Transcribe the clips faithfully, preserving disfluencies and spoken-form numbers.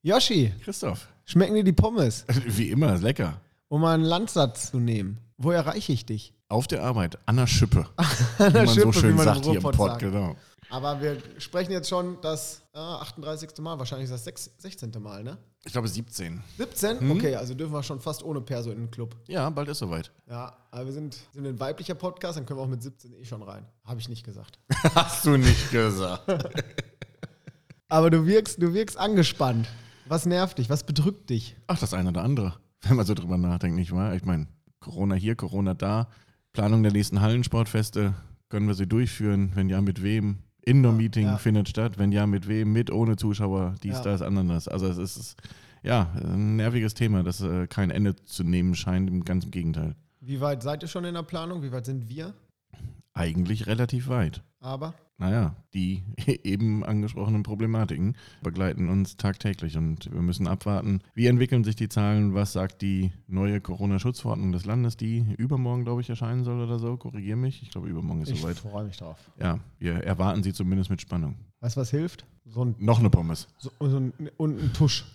Joshi, Christoph. schmecken dir die Pommes? Wie immer, lecker. Um mal einen Landsatz zu nehmen. Wo erreiche ich dich? Auf der Arbeit, an der Schippe. An der wie man Schippe, so schön wie man im sagt hier im Ruhrpott Pott, sagt. genau. Aber wir sprechen jetzt schon das äh, achtunddreißigste Mal, wahrscheinlich das sechzehnte Mal, ne? Ich glaube siebzehn. siebzehn? Hm? Okay, also dürfen wir schon fast ohne Perso in den Club. Ja, bald ist soweit. Ja, aber wir sind, sind ein weiblicher Podcast, dann können wir auch mit siebzehn eh schon rein. Habe ich nicht gesagt. Hast du nicht gesagt. Aber du wirkst, du wirkst angespannt. Was nervt dich? Was bedrückt dich? Ach, das eine oder andere. Wenn man so drüber nachdenkt, nicht wahr? Ich meine, Corona hier, Corona da. Planung der nächsten Hallensportfeste. Können wir sie durchführen? Wenn ja, mit wem? Indoor-Meeting ja. findet statt. Wenn ja, mit wem? Mit, ohne Zuschauer. Dies, Ja. das, anderes. Also es ist ja ein nerviges Thema, das äh, kein Ende zu nehmen scheint. Im ganz im Gegenteil. Wie weit seid ihr schon in der Planung? Wie weit sind wir? Eigentlich relativ weit. Aber? Naja, die eben angesprochenen Problematiken begleiten uns tagtäglich und wir müssen abwarten, wie entwickeln sich die Zahlen, was sagt die neue Corona-Schutzverordnung des Landes, die übermorgen, glaube ich, erscheinen soll oder so. Korrigier mich, ich glaube, übermorgen ist Ich soweit. freue mich drauf. Ja, wir erwarten sie zumindest mit Spannung. Weißt du, was hilft? So ein, Noch eine Pommes. so, so ein, und ein Tusch.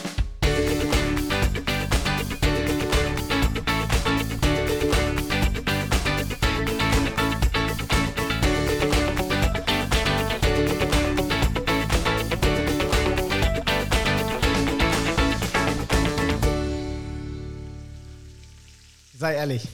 Sei ehrlich.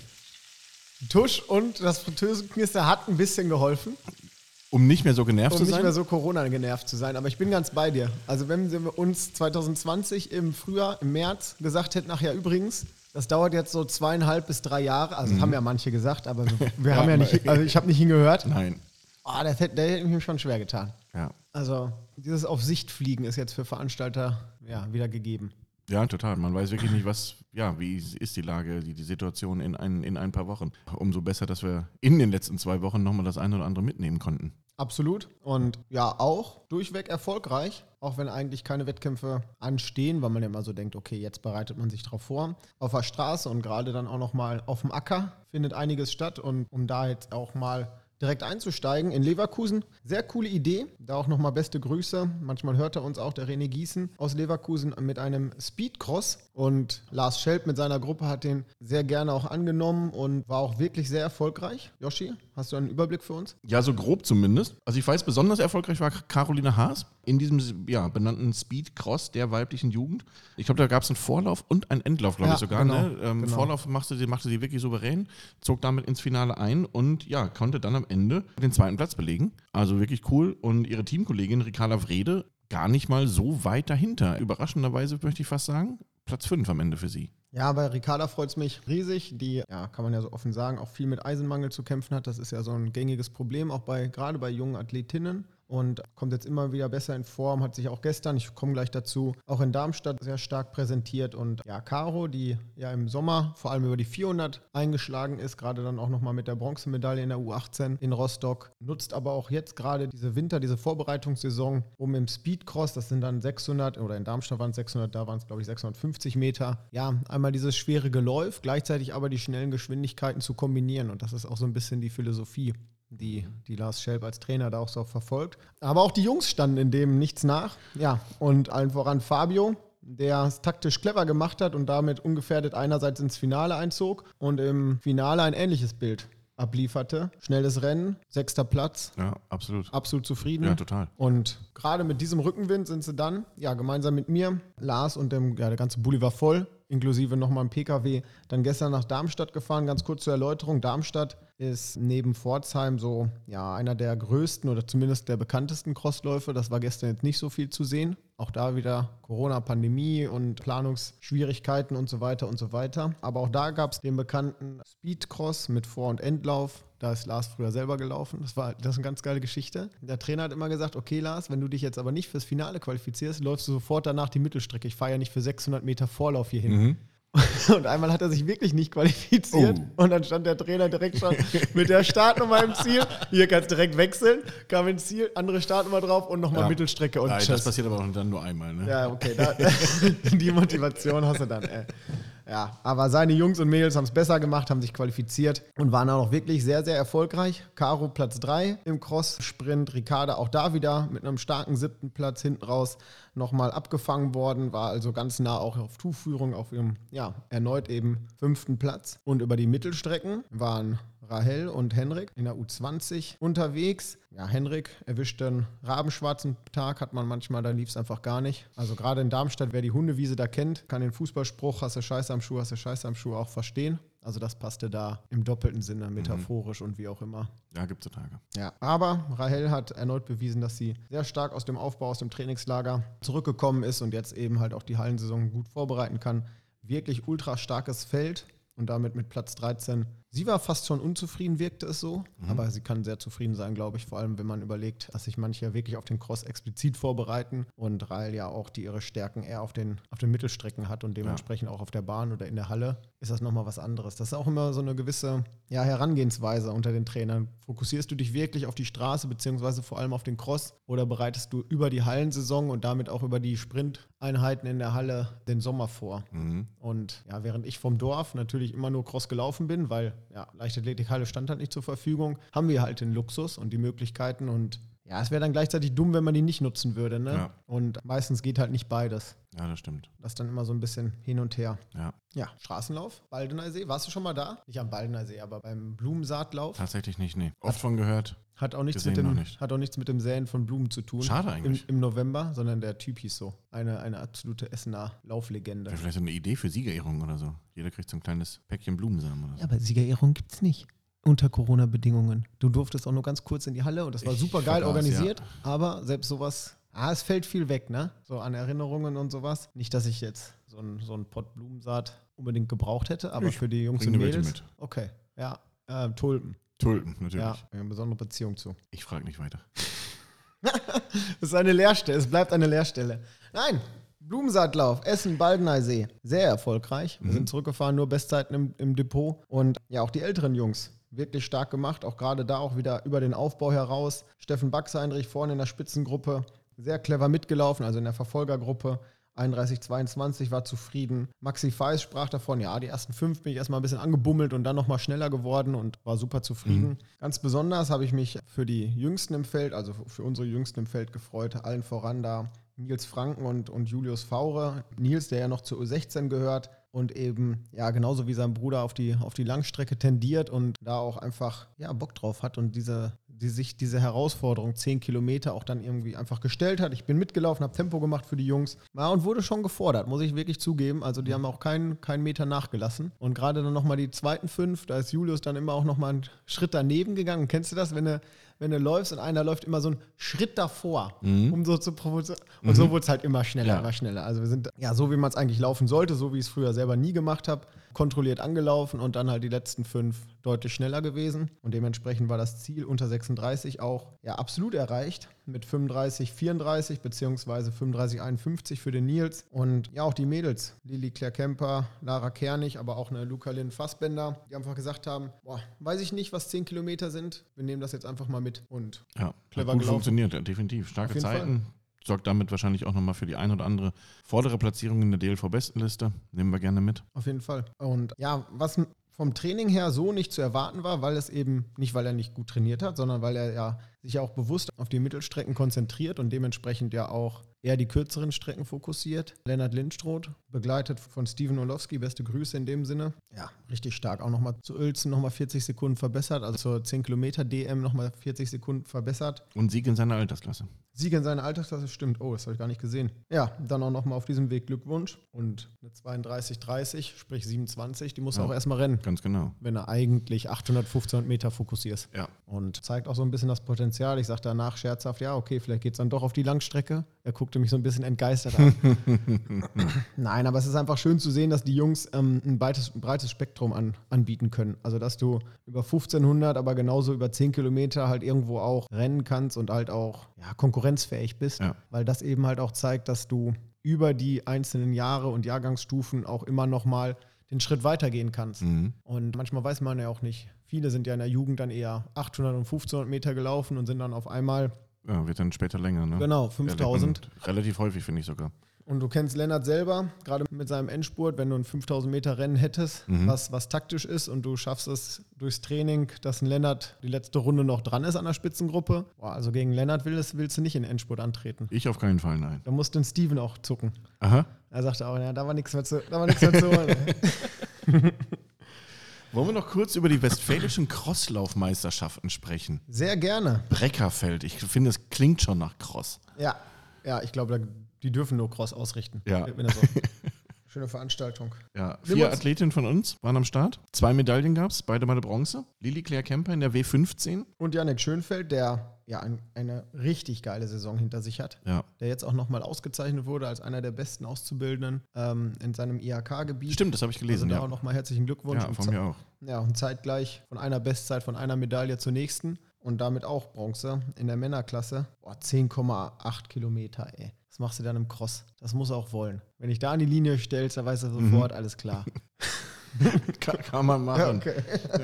Tusch und das Fritteusenknister hat ein bisschen geholfen, Um nicht mehr so genervt um zu nicht sein? mehr so Corona genervt zu sein. Aber ich bin ganz bei dir. Also wenn wir uns zwanzig zwanzig im Frühjahr, im März gesagt hätten, ach ja übrigens, das dauert jetzt so zweieinhalb bis drei Jahre. Also das haben ja manche gesagt, aber wir, wir haben ja nicht, also ich habe nicht hingehört. Nein. Oh, das hätte, der hätte mir schon schwer getan. Ja. Also dieses Auf Sicht fliegen ist jetzt für Veranstalter ja, wieder gegeben. Ja, total. Man weiß wirklich nicht, was, ja, wie ist die Lage, die, die Situation in ein, in ein paar Wochen. Umso besser, dass wir in den letzten zwei Wochen nochmal das eine oder andere mitnehmen konnten. Absolut. Und ja, auch durchweg erfolgreich, auch wenn eigentlich keine Wettkämpfe anstehen, weil man ja immer so denkt, okay, jetzt bereitet man sich drauf vor. Auf der Straße und gerade dann auch nochmal auf dem Acker findet einiges statt. Und um da jetzt auch mal direkt einzusteigen in Leverkusen, sehr coole Idee. Da auch nochmal beste Grüße. Manchmal hört er uns auch, der René Gießen aus Leverkusen mit einem Speedcross. Und Lars Schelp mit seiner Gruppe hat den sehr gerne auch angenommen und war auch wirklich sehr erfolgreich. Joshi, hast du einen Überblick für uns? Ja, so grob zumindest. Also ich weiß, besonders erfolgreich war Caroline Haas in diesem ja, benannten Speedcross der weiblichen Jugend. Ich glaube, da gab es einen Vorlauf und einen Endlauf, glaube Ja, ich sogar. genau, Ne? Ähm, genau. Vorlauf machte sie, machte sie wirklich souverän, zog damit ins Finale ein und ja, konnte dann am Ende den zweiten Platz belegen. Also wirklich cool. Und ihre Teamkollegin Ricarda Wrede gar nicht mal so weit dahinter. Überraschenderweise möchte ich fast sagen, Platz fünf am Ende für sie. Ja, bei Ricarda freut es mich riesig, die, ja, kann man ja so offen sagen, auch viel mit Eisenmangel zu kämpfen hat. Das ist ja so ein gängiges Problem, auch bei, gerade bei jungen Athletinnen. Und kommt jetzt immer wieder besser in Form, hat sich auch gestern, ich komme gleich dazu, auch in Darmstadt sehr stark präsentiert. Und ja, Caro, die ja im Sommer vor allem über die vierhundert eingeschlagen ist, gerade dann auch nochmal mit der Bronzemedaille in der U achtzehn in Rostock, nutzt aber auch jetzt gerade diese Winter, diese Vorbereitungssaison, um im Speedcross, das sind dann sechshundert, oder in Darmstadt waren es sechshundert, da waren es glaube ich sechshundertfünfzig Meter, ja, einmal dieses schwere Geläuf, gleichzeitig aber die schnellen Geschwindigkeiten zu kombinieren. Und das ist auch so ein bisschen die Philosophie, die, die Lars Schelp als Trainer da auch so verfolgt. Aber auch die Jungs standen in dem nichts nach. Ja, und allen voran Fabio, der es taktisch clever gemacht hat und damit ungefährdet einerseits ins Finale einzog und im Finale ein ähnliches Bild ablieferte. Schnelles Rennen, sechster Platz, Ja, absolut. absolut zufrieden. Ja, total. Und gerade mit diesem Rückenwind sind sie dann, ja, gemeinsam mit mir, Lars und dem, ja, der ganze Bulli war voll, inklusive nochmal ein P K W, dann gestern nach Darmstadt gefahren. Ganz kurz zur Erläuterung, Darmstadt ist neben Pforzheim so, ja, einer der größten oder zumindest der bekanntesten Crossläufe. Das war gestern jetzt nicht so viel zu sehen. Auch da wieder Corona-Pandemie und Planungsschwierigkeiten und so weiter und so weiter. Aber auch da gab es den bekannten Speedcross mit Vor- und Endlauf. Da ist Lars früher selber gelaufen. Das war das ist eine ganz geile Geschichte. Der Trainer hat immer gesagt, okay Lars, wenn du dich jetzt aber nicht fürs Finale qualifizierst, läufst du sofort danach die Mittelstrecke. Ich fahre ja nicht für sechshundert Meter Vorlauf hier hin. Mhm. Und einmal hat er sich wirklich nicht qualifiziert. Oh. Und dann stand der Trainer direkt schon mit der Startnummer im Ziel. Hier kannst du direkt wechseln. Kam ins Ziel, andere Startnummer drauf und nochmal Ja. Mittelstrecke und Nein, das tschüss. passiert aber auch dann nur einmal. Ne? Ja, okay. Da, die Motivation hast du dann. Ey. Ja, aber seine Jungs und Mädels haben es besser gemacht, haben sich qualifiziert und waren auch noch wirklich sehr, sehr erfolgreich. Caro Platz drei im Cross-Sprint, Ricarda auch da wieder mit einem starken siebten Platz hinten raus nochmal abgefangen worden, war also ganz nah auch auf Tuchführung auf ihrem, ja, erneut eben fünften Platz. Und über die Mittelstrecken waren Rahel und Henrik in der U zwanzig unterwegs. Ja, Henrik erwischte einen rabenschwarzen Tag, hat man manchmal, da lief es einfach gar nicht. Also gerade in Darmstadt, wer die Hundewiese da kennt, kann den Fußballspruch, hast du Scheiße am Schuh, hast du Scheiße am Schuh auch verstehen. Also das passte da im doppelten Sinne, metaphorisch mhm. und wie auch immer. Ja, gibt es Tage. Ja, aber Rahel hat erneut bewiesen, dass sie sehr stark aus dem Aufbau, aus dem Trainingslager zurückgekommen ist und jetzt eben halt auch die Hallensaison gut vorbereiten kann. Wirklich ultra starkes Feld und damit mit Platz dreizehn. Sie war fast schon unzufrieden, wirkte es so, mhm. aber sie kann sehr zufrieden sein, glaube ich, vor allem wenn man überlegt, dass sich manche ja wirklich auf den Cross explizit vorbereiten und Rahel ja auch die ihre Stärken eher auf den, auf den Mittelstrecken hat und dementsprechend ja. auch auf der Bahn oder in der Halle ist das nochmal was anderes. Das ist auch immer so eine gewisse ja, Herangehensweise unter den Trainern. Fokussierst du dich wirklich auf die Straße beziehungsweise vor allem auf den Cross oder bereitest du über die Hallensaison und damit auch über die Sprinteinheiten in der Halle den Sommer vor? Mhm. Und ja, während ich vom Dorf natürlich immer nur Cross gelaufen bin, weil ja, Leichtathletikhalle stand halt nicht zur Verfügung, haben wir halt den Luxus und die Möglichkeiten und ja, es wäre dann gleichzeitig dumm, wenn man die nicht nutzen würde, ne? Ja. Und meistens geht halt nicht beides. Ja, das stimmt. Das ist dann immer so ein bisschen hin und her. Ja. Ja, Straßenlauf, Baldener See. Warst du schon mal da? Nicht am Baldener See, aber beim Blumensaatlauf. Tatsächlich nicht, nee. Oft hat, von gehört. Hat auch, nichts mit dem, nicht. hat auch nichts mit dem Säen von Blumen zu tun. Schade eigentlich. Im, im November, sondern der Typ hieß so. Eine, eine absolute Essener Lauflegende. Wäre vielleicht so eine Idee für Siegerehrung oder so. Jeder kriegt so ein kleines Päckchen Blumensamen oder so. Ja, aber Siegerehrung gibt's nicht. Unter Corona-Bedingungen. Du durftest auch nur ganz kurz in die Halle und das war ich super geil vergaß, organisiert, ja. Aber selbst sowas, ah, es fällt viel weg, ne? So an Erinnerungen und sowas. Nicht, dass ich jetzt so einen so ein Pott Blumensaat unbedingt gebraucht hätte, aber ich für die Jungs und Mädels. Mit. Okay, ja, äh, Tulpen. Tulpen, natürlich. Ja, eine besondere Beziehung zu. Ich frage nicht weiter. Das ist eine Leerstelle, es bleibt eine Leerstelle. Nein, Blumensaatlauf, Essen, Baldener See. Sehr erfolgreich. Wir mhm. sind zurückgefahren, nur Bestzeiten im, im Depot. Und ja, auch die älteren Jungs. Wirklich stark gemacht, auch gerade da auch wieder über den Aufbau heraus. Steffen Baxheinrich vorne in der Spitzengruppe, sehr clever mitgelaufen, also in der Verfolgergruppe. einunddreißig zweiundzwanzig war zufrieden. Maxi Feis sprach davon, ja, die ersten fünf bin ich erstmal ein bisschen angebummelt und dann nochmal schneller geworden und war super zufrieden. Mhm. Ganz besonders habe ich mich für die Jüngsten im Feld, also für unsere Jüngsten im Feld gefreut, allen voran da Nils Franken und, und Julius Faure. Nils, der ja noch zur U sechzehn gehört, und eben, ja, genauso wie sein Bruder auf die, auf die Langstrecke tendiert und da auch einfach, ja, Bock drauf hat und diese, die sich diese Herausforderung, zehn Kilometer auch dann irgendwie einfach gestellt hat. Ich bin mitgelaufen, habe Tempo gemacht für die Jungs, ja, und wurde schon gefordert, muss ich wirklich zugeben. Also die haben auch keinen, keinen Meter nachgelassen. Und gerade dann nochmal die zweiten fünf, da ist Julius dann immer auch nochmal einen Schritt daneben gegangen. Kennst du das, wenn du, wenn du läufst und einer läuft immer so einen Schritt davor, mhm. um so zu provozieren. Und mhm. so wurde es halt immer schneller, ja. immer schneller. Also wir sind, ja, so wie man es eigentlich laufen sollte, so wie ich es früher selber nie gemacht habe, kontrolliert angelaufen und dann halt die letzten fünf deutlich schneller gewesen. Und dementsprechend war das Ziel unter sechsunddreißig auch ja absolut erreicht mit fünfunddreißig vierunddreißig beziehungsweise fünfunddreißig einundfünfzig für den Nils. Und ja, auch die Mädels, Lili Claire Kemper, Lara Kernig, aber auch eine Luca Lynn Fassbender, die einfach gesagt haben, boah, weiß ich nicht, was zehn Kilometer sind, wir nehmen das jetzt einfach mal mit und ja, clever gut gelaufen. Funktioniert, ja, definitiv. Starke Zeiten. Fall. Sorgt damit wahrscheinlich auch nochmal für die ein oder andere vordere Platzierung in der D L V-Bestenliste. Nehmen wir gerne mit. Auf jeden Fall. Und ja, was vom Training her so nicht zu erwarten war, weil es eben, nicht weil er nicht gut trainiert hat, sondern weil er ja sich ja auch bewusst auf die Mittelstrecken konzentriert und dementsprechend ja auch eher die kürzeren Strecken fokussiert. Lennart Lindstroth, begleitet von Steven Orlowski, beste Grüße in dem Sinne. Ja, richtig stark. Auch nochmal zu Uelzen nochmal vierzig Sekunden verbessert, also zur zehn Kilometer D M nochmal vierzig Sekunden verbessert. Und Sieg in seiner Altersklasse. Sieg in seiner Altersklasse, stimmt. Oh, das habe ich gar nicht gesehen. Ja, dann auch nochmal auf diesem Weg Glückwunsch. Und eine zweiunddreißig dreißig, sprich siebenundzwanzig, die muss ja, auch erstmal rennen. Ganz genau. Wenn er eigentlich achthundertfünfzehn Meter fokussierst. Ja. Und zeigt auch so ein bisschen das Potenzial. Ich sage danach scherzhaft, ja, okay, vielleicht geht es dann doch auf die Langstrecke. Er guckte mich so ein bisschen entgeistert an. Nein, aber es ist einfach schön zu sehen, dass die Jungs ähm, ein, breites, ein breites Spektrum an, anbieten können. Also, dass du über fünfzehnhundert, aber genauso über zehn Kilometer halt irgendwo auch rennen kannst und halt auch ja, konkurrenzfähig bist. Ja. Weil das eben halt auch zeigt, dass du über die einzelnen Jahre und Jahrgangsstufen auch immer nochmal den Schritt weitergehen kannst. Mhm. Und manchmal weiß man ja auch nicht. Viele sind ja in der Jugend dann eher achthundert und fünfzehnhundert Meter gelaufen und sind dann auf einmal... Ja, wird dann später länger, ne? Genau, fünftausend. Ja, relativ häufig, finde ich sogar. Und du kennst Lennart selber, gerade mit seinem Endspurt, wenn du ein fünftausend Meter Rennen hättest, mhm. was, was taktisch ist und du schaffst es durchs Training, dass ein Lennart die letzte Runde noch dran ist an der Spitzengruppe. Boah, also gegen Lennart willst, willst du nicht in den Endspurt antreten. Ich auf keinen Fall, nein. Da musst du den Steven auch zucken. Aha. Er sagte auch, ja, da war nichts mehr zu, da war nichts mehr zu holen. Wollen wir noch kurz über die westfälischen Crosslaufmeisterschaften sprechen? Sehr gerne. Breckerfeld, ich finde, es klingt schon nach Cross. Ja, ja, ich glaube, die dürfen nur Cross ausrichten. Ja. Schöne Veranstaltung. Ja, vier Athletinnen von uns waren am Start. Zwei Medaillen gab es, beide Male Bronze. Lili Claire Kemper in der W fünfzehn. Und Jannik Schönfeld, der ja ein, eine richtig geile Saison hinter sich hat. Ja. Der jetzt auch nochmal ausgezeichnet wurde als einer der besten Auszubildenden ähm, in seinem I H K-Gebiet. Stimmt, das habe ich gelesen, also ja. auch nochmal herzlichen Glückwunsch. Ja, von mir auch. Ja, und zeitgleich von einer Bestzeit, von einer Medaille zur nächsten. Und damit auch Bronze in der Männerklasse. Boah, zehn Komma acht Kilometer, ey. Was machst du dann im Cross? Das muss er auch wollen. Wenn ich da an die Linie stellst, dann weiß er sofort, mhm. alles klar. kann, kann man machen. Ja, okay.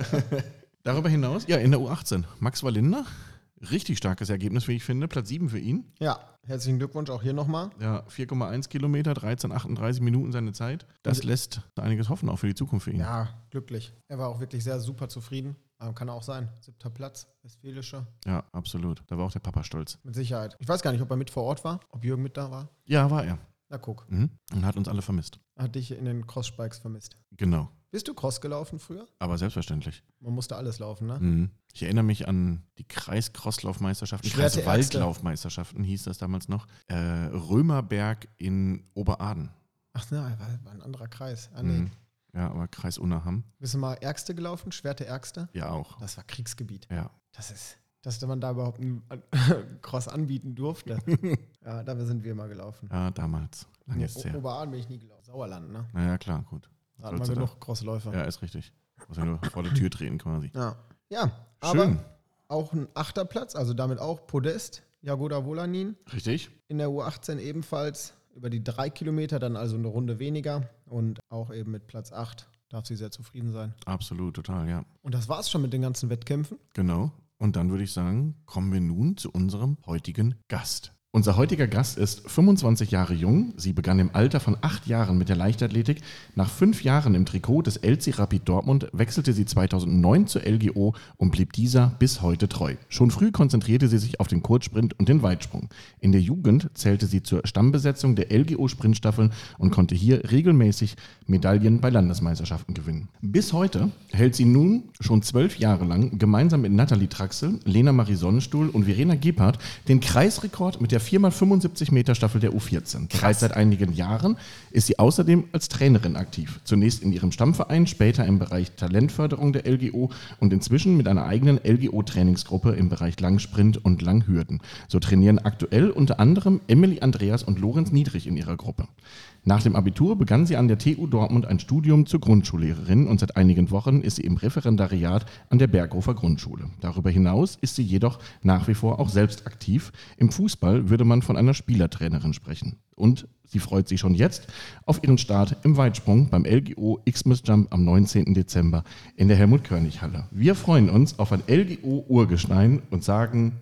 Darüber hinaus, ja, in der U achtzehn, Max Wallinder. Richtig starkes Ergebnis, wie ich finde. Platz sieben für ihn. Ja, herzlichen Glückwunsch auch hier nochmal. Ja, vier Komma eins Kilometer, dreizehn Komma achtunddreißig Minuten seine Zeit. Das und lässt einiges hoffen, auch für die Zukunft für ihn. Ja, glücklich. Er war auch wirklich sehr super zufrieden. Kann auch sein. Siebter Platz, Westfälische. Ja, absolut. Da war auch der Papa stolz. Mit Sicherheit. Ich weiß gar nicht, ob er mit vor Ort war, ob Jürgen mit da war. Ja, war er. Na guck. Mhm. Und hat uns alle vermisst. Hat dich in den Cross-Spikes vermisst. Genau. Bist du Cross gelaufen früher? Aber selbstverständlich. Man musste alles laufen, ne? Mhm. Ich erinnere mich an die Kreis-Crosslaufmeisterschaften, Kreis-Waldlaufmeisterschaften hieß das damals noch. Äh, Römerberg in Oberaden. Ach ne, war, war ein anderer Kreis. Ah, nee. Mhm. Ja, aber Kreis Unaham. Bist du mal Ärgste gelaufen? Schwerte Ärgste? Ja, auch. Das war Kriegsgebiet. Ja. Das ist, dass man da überhaupt einen Cross anbieten durfte. Ja, da sind wir mal gelaufen. Ja, damals. Lange ist es her. Oberaden bin ich nie gelaufen. Sauerland, ne? Naja, klar, gut. Da hat man genug da? Crossläufer. Ja, ist richtig. Muss ja nur vor der Tür drehen quasi. Ja, ja, aber auch ein achter Platz, also damit auch Podest, Jagoda Volanin. Richtig. In der U achtzehn ebenfalls über die drei Kilometer, dann also eine Runde weniger und auch eben mit Platz acht. Darf sie sehr zufrieden sein. Absolut, total, ja. Und das war's schon mit den ganzen Wettkämpfen. Genau. Und dann würde ich sagen, kommen wir nun zu unserem heutigen Gast. Unser heutiger Gast ist fünfundzwanzig Jahre jung. Sie begann im Alter von acht Jahren mit der Leichtathletik. Nach fünf Jahren im Trikot des L C Rapid Dortmund wechselte sie zweitausendneun zur L G O und blieb dieser bis heute treu. Schon früh konzentrierte sie sich auf den Kurzsprint und den Weitsprung. In der Jugend zählte sie zur Stammbesetzung der L G O-Sprintstaffeln und konnte hier regelmäßig Medaillen bei Landesmeisterschaften gewinnen. Bis heute hält sie nun schon zwölf Jahre lang gemeinsam mit Nathalie Traxel, Lena Marie Sonnenstuhl und Verena Gebhardt den Kreisrekord mit der vier mal fünfundsiebzig Meter Staffel der U vierzehn. Bereits seit einigen Jahren ist sie außerdem als Trainerin aktiv. Zunächst in ihrem Stammverein, später im Bereich Talentförderung der L G O und inzwischen mit einer eigenen L G O-Trainingsgruppe im Bereich Langsprint und Langhürden. So trainieren aktuell unter anderem Emily Andreas und Lorenz Niedrig in ihrer Gruppe. Nach dem Abitur begann sie an der T U Dortmund ein Studium zur Grundschullehrerin und seit einigen Wochen ist sie im Referendariat an der Berghofer Grundschule. Darüber hinaus ist sie jedoch nach wie vor auch selbst aktiv. Im Fußball würde man von einer Spielertrainerin sprechen. Und sie freut sich schon jetzt auf ihren Start im Weitsprung beim L G O Xmas Jump am neunzehnten Dezember in der Helmut-Körnig-Halle. Wir freuen uns auf ein L G O-Urgestein und sagen...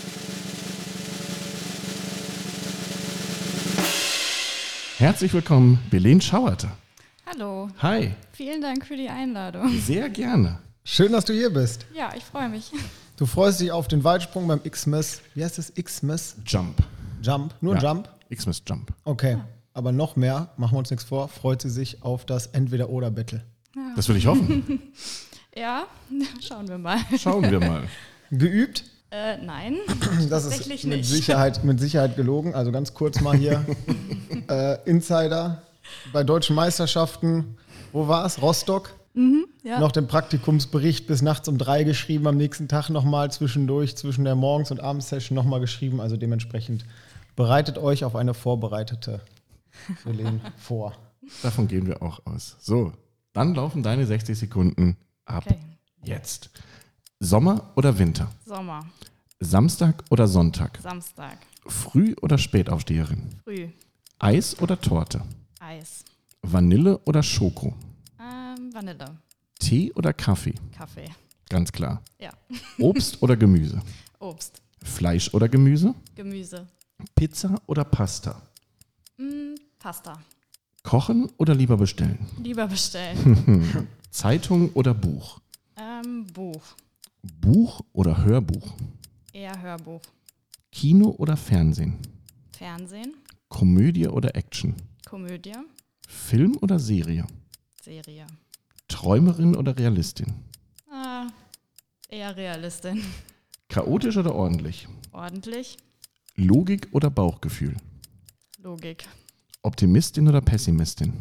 Herzlich willkommen, Belen Schauerte. Hallo. Hi. Vielen Dank für die Einladung. Sehr gerne. Schön, dass du hier bist. Ja, ich freue mich. Du freust dich auf den Weitsprung beim Xmas. Wie heißt das? Xmas? Jump. Jump? Nur ja. Jump? Xmas Jump. Okay. Ja. Aber noch mehr, machen wir uns nichts vor, freut sie sich auf das Entweder-Oder-Battle. Ja. Das würde ich hoffen. Ja, schauen wir mal. Schauen wir mal. Geübt? Äh, nein, das ist mit Sicherheit, mit Sicherheit gelogen. Also ganz kurz mal hier. äh, Insider bei deutschen Meisterschaften. Wo war es? Rostock? Mhm, ja. Noch den Praktikumsbericht bis nachts um drei geschrieben. Am nächsten Tag nochmal zwischendurch, zwischen der Morgens- und Abendsession nochmal geschrieben. Also dementsprechend bereitet euch auf eine vorbereitete Belen vor. Davon gehen wir auch aus. So, dann laufen deine sechzig Sekunden ab. Okay. Jetzt. Sommer oder Winter? Sommer. Samstag oder Sonntag? Samstag. Früh- oder Spätaufsteherin? Früh. Eis oder Torte? Eis. Vanille oder Schoko? Ähm, Vanille. Tee oder Kaffee? Kaffee. Ganz klar. Ja. Obst oder Gemüse? Obst. Fleisch oder Gemüse? Gemüse. Pizza oder Pasta? Mm, Pasta. Kochen oder lieber bestellen? Lieber bestellen. Zeitung oder Buch? ähm, Buch. Buch oder Hörbuch? Eher Hörbuch. Kino oder Fernsehen? Fernsehen. Komödie oder Action? Komödie. Film oder Serie? Serie. Träumerin oder Realistin? Ah, eher Realistin. Chaotisch oder ordentlich? Ordentlich. Logik oder Bauchgefühl? Logik. Optimistin oder Pessimistin?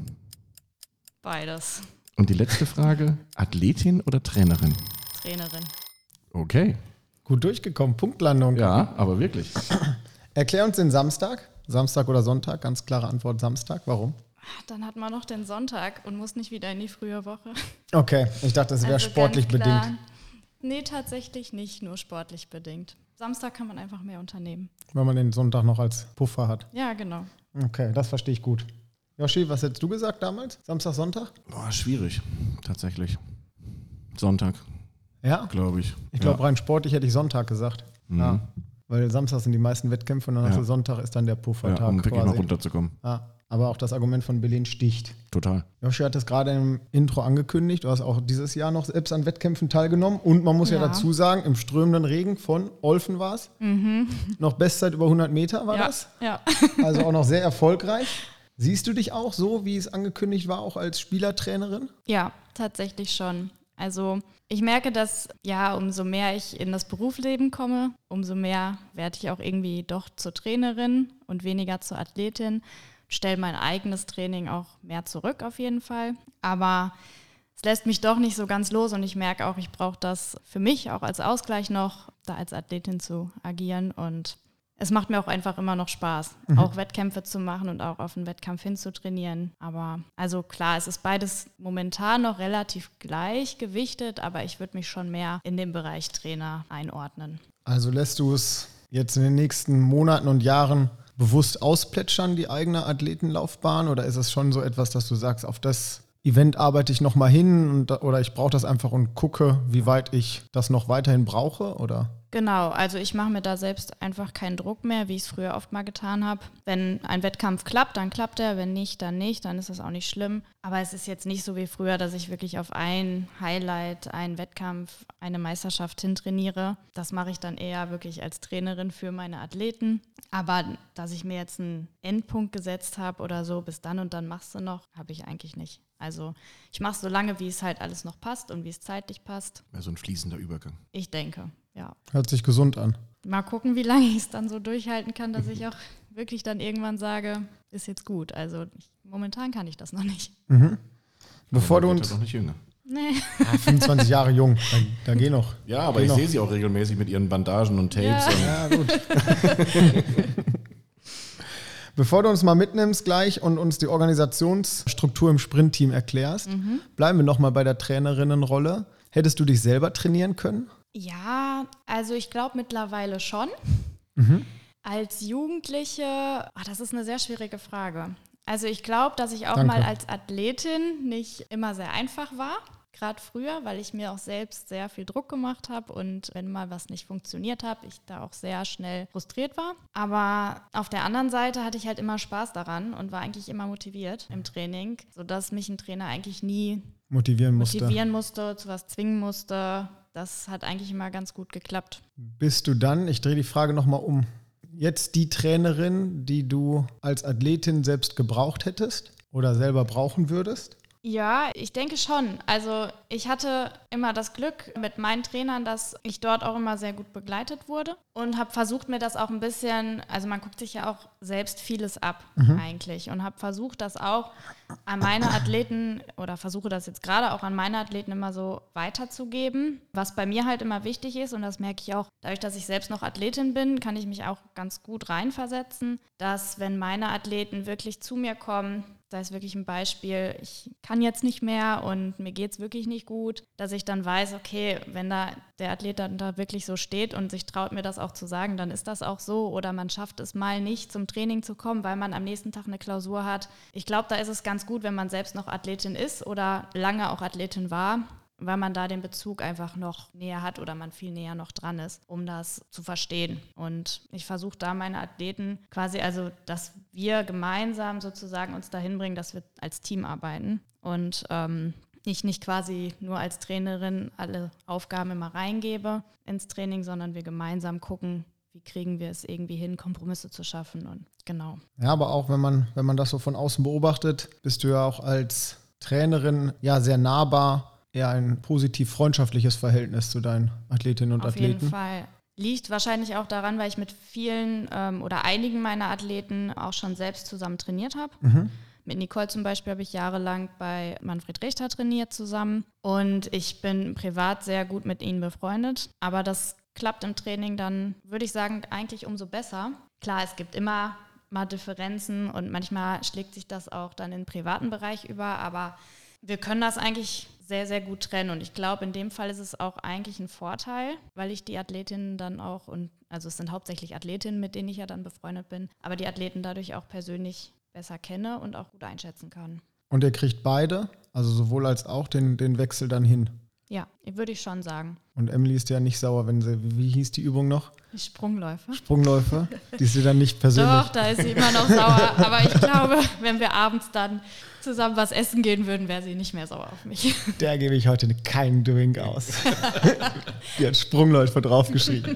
Beides. Und die letzte Frage, Athletin oder Trainerin? Trainerin. Okay. Gut durchgekommen, Punktlandung. Ja, aber wirklich. Erklär uns den Samstag. Samstag oder Sonntag? Ganz klare Antwort Samstag. Warum? Dann hat man noch den Sonntag und muss nicht wieder in die frühe Woche. Okay, ich dachte, das wäre Also sportlich ganz klar, bedingt, Nee, tatsächlich nicht nur sportlich bedingt. Samstag kann man einfach mehr unternehmen. weil man den Sonntag noch als Puffer hat. Ja, genau. Okay, das verstehe ich gut. Joshi, was hättest du gesagt damals? Samstag, Sonntag? Boah, schwierig, tatsächlich. Sonntag, Ja? glaube ich. Ich glaube, ja. rein sportlich hätte ich Sonntag gesagt. Mhm. Ja. Weil Samstag sind die meisten Wettkämpfe und dann Ja. hast du Sonntag ist dann der Puffertag Ja, um wirklich quasi. mal runterzukommen. Ja. Aber auch das Argument von Berlin sticht. Total. Joshi hat es gerade im Intro angekündigt. Du hast auch dieses Jahr noch selbst an Wettkämpfen teilgenommen. Und man muss ja, Ja. dazu sagen, im strömenden Regen von Olfen war es. Noch Bestzeit über hundert Meter war ja, das. ja. Also auch noch sehr erfolgreich. Siehst du dich auch so, wie es angekündigt war, auch als Spielertrainerin? Ja, tatsächlich schon. Also ich merke, dass ja, umso mehr ich in das Berufsleben komme, umso mehr werde ich auch irgendwie doch zur Trainerin und weniger zur Athletin. Stelle mein eigenes Training auch mehr zurück auf jeden Fall. Aber es lässt mich doch nicht so ganz los und ich merke auch, ich brauche das für mich auch als Ausgleich noch, da als Athletin zu agieren. Und es macht mir auch einfach immer noch Spaß, mhm. auch Wettkämpfe zu machen und auch auf einen Wettkampf hinzutrainieren. Aber also klar, es ist beides momentan noch relativ gleich gewichtet, aber ich würde mich schon mehr in den Bereich Trainer einordnen. Also lässt du es jetzt in den nächsten Monaten und Jahren bewusst ausplätschern, die eigene Athletenlaufbahn? Oder ist es schon so etwas, dass du sagst, auf das Event arbeite ich nochmal hin und, oder ich brauche das einfach und gucke, wie weit ich das noch weiterhin brauche? Oder? Genau, also ich mache mir da selbst einfach keinen Druck mehr, wie ich es früher oft mal getan habe. Wenn ein Wettkampf klappt, dann klappt er, wenn nicht, dann nicht, dann ist das auch nicht schlimm. Aber es ist jetzt nicht so wie früher, dass ich wirklich auf ein Highlight, einen Wettkampf, eine Meisterschaft hintrainiere. Das mache ich dann eher wirklich als Trainerin für meine Athleten. Aber dass ich mir jetzt einen Endpunkt gesetzt habe oder so, bis dann und dann machst du noch, habe ich eigentlich nicht. Also ich mache es so lange, wie es halt alles noch passt und wie es zeitlich passt. Ja, so ein fließender Übergang. Ich denke, ja. Hört sich gesund an. Mal gucken, wie lange ich es dann so durchhalten kann, dass ich auch wirklich dann irgendwann sage, ist jetzt gut. Also ich, momentan kann ich das noch nicht. Mhm. Bevor du wird uns... er doch nicht jünger. Nee. Ja, fünfundzwanzig Jahre jung, da, da geh noch. Ja, aber geh ich noch. sehe sie auch regelmäßig mit ihren Bandagen und Tapes. Ja. Und Ja, gut. Bevor du uns mal mitnimmst gleich und uns die Organisationsstruktur im Sprintteam erklärst, Mhm. bleiben wir nochmal bei der Trainerinnenrolle. Hättest du dich selber trainieren können? Ja, also ich glaube mittlerweile schon. Mhm. Als Jugendliche, ach, das ist eine sehr schwierige Frage. Also ich glaube, dass ich auch Danke. mal als Athletin nicht immer sehr einfach war. Gerade früher, weil ich mir auch selbst sehr viel Druck gemacht habe und wenn mal was nicht funktioniert hat, ich da auch sehr schnell frustriert war. Aber auf der anderen Seite hatte ich halt immer Spaß daran und war eigentlich immer motiviert im Training, sodass mich ein Trainer eigentlich nie Motivieren musste. motivieren musste, zu was zwingen musste. Das hat eigentlich immer ganz gut geklappt. Bist du dann, ich drehe die Frage nochmal um, jetzt die Trainerin, die du als Athletin selbst gebraucht hättest oder selber brauchen würdest? Ja, ich denke schon. Also ich hatte immer das Glück mit meinen Trainern, dass ich dort auch immer sehr gut begleitet wurde und habe versucht, mir das auch ein bisschen, also man guckt sich ja auch selbst vieles ab mhm. eigentlich und habe versucht, das auch an meine Athleten oder versuche das jetzt gerade auch an meine Athleten immer so weiterzugeben, was bei mir halt immer wichtig ist und das merke ich auch, dadurch, dass ich selbst noch Athletin bin, kann ich mich auch ganz gut reinversetzen, dass wenn meine Athleten wirklich zu mir kommen, da ist wirklich ein Beispiel, ich kann jetzt nicht mehr und mir geht es wirklich nicht gut, dass ich dann weiß, okay, wenn da der Athlet dann da wirklich so steht und sich traut, mir das auch zu sagen, dann ist das auch so. Oder man schafft es mal nicht, zum Training zu kommen, weil man am nächsten Tag eine Klausur hat. Ich glaube, da ist es ganz gut, wenn man selbst noch Athletin ist oder lange auch Athletin war, weil man da den Bezug einfach noch näher hat oder man viel näher noch dran ist, um das zu verstehen. Und ich versuche da meine Athleten quasi, also dass wir gemeinsam sozusagen uns dahin bringen, dass wir als Team arbeiten und ähm, ich nicht quasi nur als Trainerin alle Aufgaben immer reingebe ins Training, sondern wir gemeinsam gucken, wie kriegen wir es irgendwie hin, Kompromisse zu schaffen und genau. Ja, aber auch wenn man, wenn man das so von außen beobachtet, bist du ja auch als Trainerin ja sehr nahbar, eher ein positiv freundschaftliches Verhältnis zu deinen Athletinnen und Auf Athleten. Auf jeden Fall. Liegt wahrscheinlich auch daran, weil ich mit vielen ähm, oder einigen meiner Athleten auch schon selbst zusammen trainiert habe. Mhm. Mit Nicole zum Beispiel habe ich jahrelang bei Manfred Richter trainiert zusammen und ich bin privat sehr gut mit ihnen befreundet, aber das klappt im Training dann, würde ich sagen, eigentlich umso besser. Klar, es gibt immer mal Differenzen und manchmal schlägt sich das auch dann in den privaten Bereich über, aber wir können das eigentlich sehr, sehr gut trennen und ich glaube, in dem Fall ist es auch eigentlich ein Vorteil, weil ich die Athletinnen dann auch, und also es sind hauptsächlich Athletinnen, mit denen ich ja dann befreundet bin, aber die Athleten dadurch auch persönlich besser kenne und auch gut einschätzen kann. Und ihr kriegt beide, also sowohl als auch den, den Wechsel dann hin? Ja, würde ich schon sagen. Und Emily ist ja nicht sauer, wenn sie, wie hieß die Übung noch? Die Sprungläufe. Sprungläufe, die ist sie dann nicht persönlich. Doch, da ist sie immer noch sauer, aber ich glaube, wenn wir abends dann zusammen was essen gehen würden, wäre sie nicht mehr sauer auf mich. Der gebe ich heute keinen Drink aus. Die hat Sprungläufe draufgeschrieben.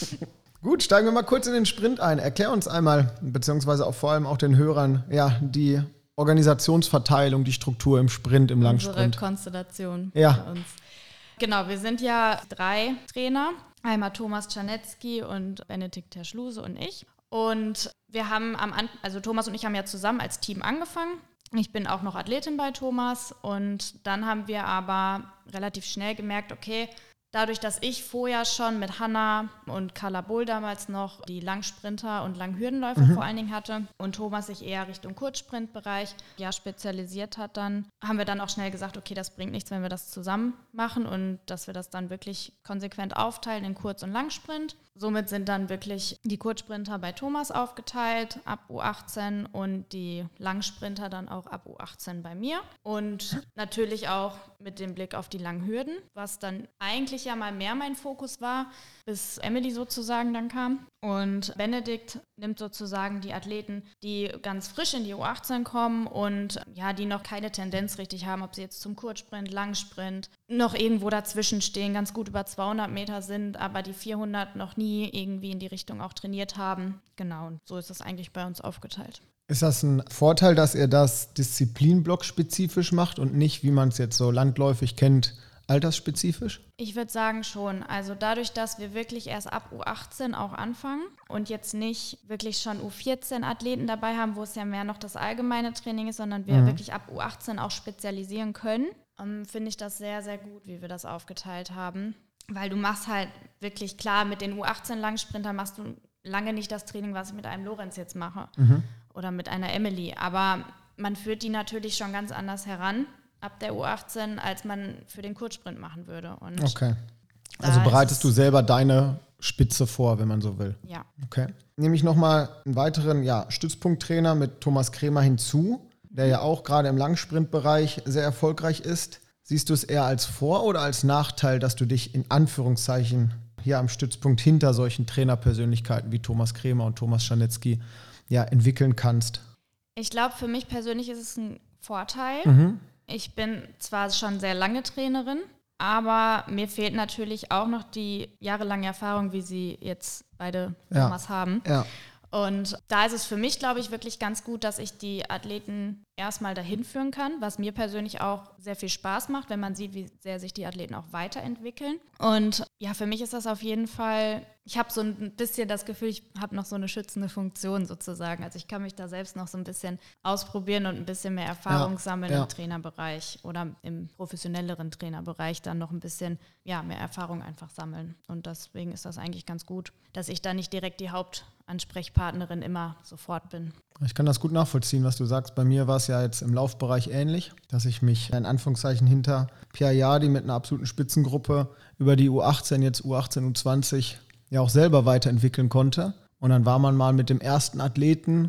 Gut, steigen wir mal kurz in den Sprint ein. Erklär uns einmal, beziehungsweise auch vor allem auch den Hörern, ja, die Organisationsverteilung, die Struktur im Sprint, im Langsprint. Unsere Konstellation ja. für uns. Genau, wir sind ja drei Trainer, einmal Thomas Czarnecki und Benedikt Terschluse und ich. Und wir haben am Anfang, also Thomas und ich haben ja zusammen als Team angefangen. Ich bin auch noch Athletin bei Thomas und dann haben wir aber relativ schnell gemerkt, okay, dadurch, dass ich vorher schon mit Hanna und Carla Bull damals noch die Langsprinter und Langhürdenläufer mhm. vor allen Dingen hatte und Thomas sich eher Richtung Kurzsprintbereich ja spezialisiert hat, dann haben wir dann auch schnell gesagt, okay, das bringt nichts, wenn wir das zusammen machen und dass wir das dann wirklich konsequent aufteilen in Kurz- und Langsprint. Somit sind dann wirklich die Kurzsprinter bei Thomas aufgeteilt ab U achtzehn und die Langsprinter dann auch ab U achtzehn bei mir. Und natürlich auch mit dem Blick auf die Langhürden, was dann eigentlich ja mal mehr mein Fokus war, bis Emily sozusagen dann kam. Und Benedikt nimmt sozusagen die Athleten, die ganz frisch in die U achtzehn kommen und ja, die noch keine Tendenz richtig haben, ob sie jetzt zum Kurzsprint, Langsprint, noch irgendwo dazwischen stehen, ganz gut über zweihundert Meter sind, aber die vierhundert noch nie irgendwie in die Richtung auch trainiert haben. Genau, und so ist das eigentlich bei uns aufgeteilt. Ist das ein Vorteil, dass ihr das disziplinblockspezifisch macht und nicht, wie man es jetzt so landläufig kennt, altersspezifisch? Ich würde sagen schon. Also dadurch, dass wir wirklich erst ab U achtzehn auch anfangen und jetzt nicht wirklich schon U vierzehn Athleten dabei haben, wo es ja mehr noch das allgemeine Training ist, sondern wir mhm. wirklich ab U achtzehn auch spezialisieren können, ähm, finde ich das sehr, sehr gut, wie wir das aufgeteilt haben. Weil du machst halt wirklich klar, mit den U achtzehn Langsprinter machst du lange nicht das Training, was ich mit einem Lorenz jetzt mache mhm. oder mit einer Emily. Aber man führt die natürlich schon ganz anders heran ab der U achtzehn, als man für den Kurzsprint machen würde. Und okay. Also bereitest du selber deine Spitze vor, wenn man so will. Ja. Okay. Nehme ich nochmal einen weiteren ja, Stützpunkttrainer mit Thomas Kremer hinzu, der ja auch gerade im Langsprintbereich sehr erfolgreich ist. Siehst du es eher als Vor- oder als Nachteil, dass du dich in Anführungszeichen hier am Stützpunkt hinter solchen Trainerpersönlichkeiten wie Thomas Kremer und Thomas Czarnecki ja, entwickeln kannst? Ich glaube, für mich persönlich ist es ein Vorteil. Mhm. Ich bin zwar schon sehr lange Trainerin, aber mir fehlt natürlich auch noch die jahrelange Erfahrung, wie sie jetzt beide ja. Thomas haben. Ja. Und da ist es für mich, glaube ich, wirklich ganz gut, dass ich die Athleten erstmal dahin führen kann, was mir persönlich auch sehr viel Spaß macht, wenn man sieht, wie sehr sich die Athleten auch weiterentwickeln. Und ja, für mich ist das auf jeden Fall, ich habe so ein bisschen das Gefühl, ich habe noch so eine schützende Funktion sozusagen. Also ich kann mich da selbst noch so ein bisschen ausprobieren und ein bisschen mehr Erfahrung ja, sammeln ja. im Trainerbereich oder im professionelleren Trainerbereich dann noch ein bisschen ja, mehr Erfahrung einfach sammeln. Und deswegen ist das eigentlich ganz gut, dass ich da nicht direkt die Hauptansprechpartnerin immer sofort bin. Ich kann das gut nachvollziehen, was du sagst. Bei mir war es ja jetzt im Laufbereich ähnlich, dass ich mich in Anführungszeichen hinter Pierre Jardy mit einer absoluten Spitzengruppe über die U achtzehn, jetzt U achtzehn, U zwanzig ja auch selber weiterentwickeln konnte. Und dann war man mal mit dem ersten Athleten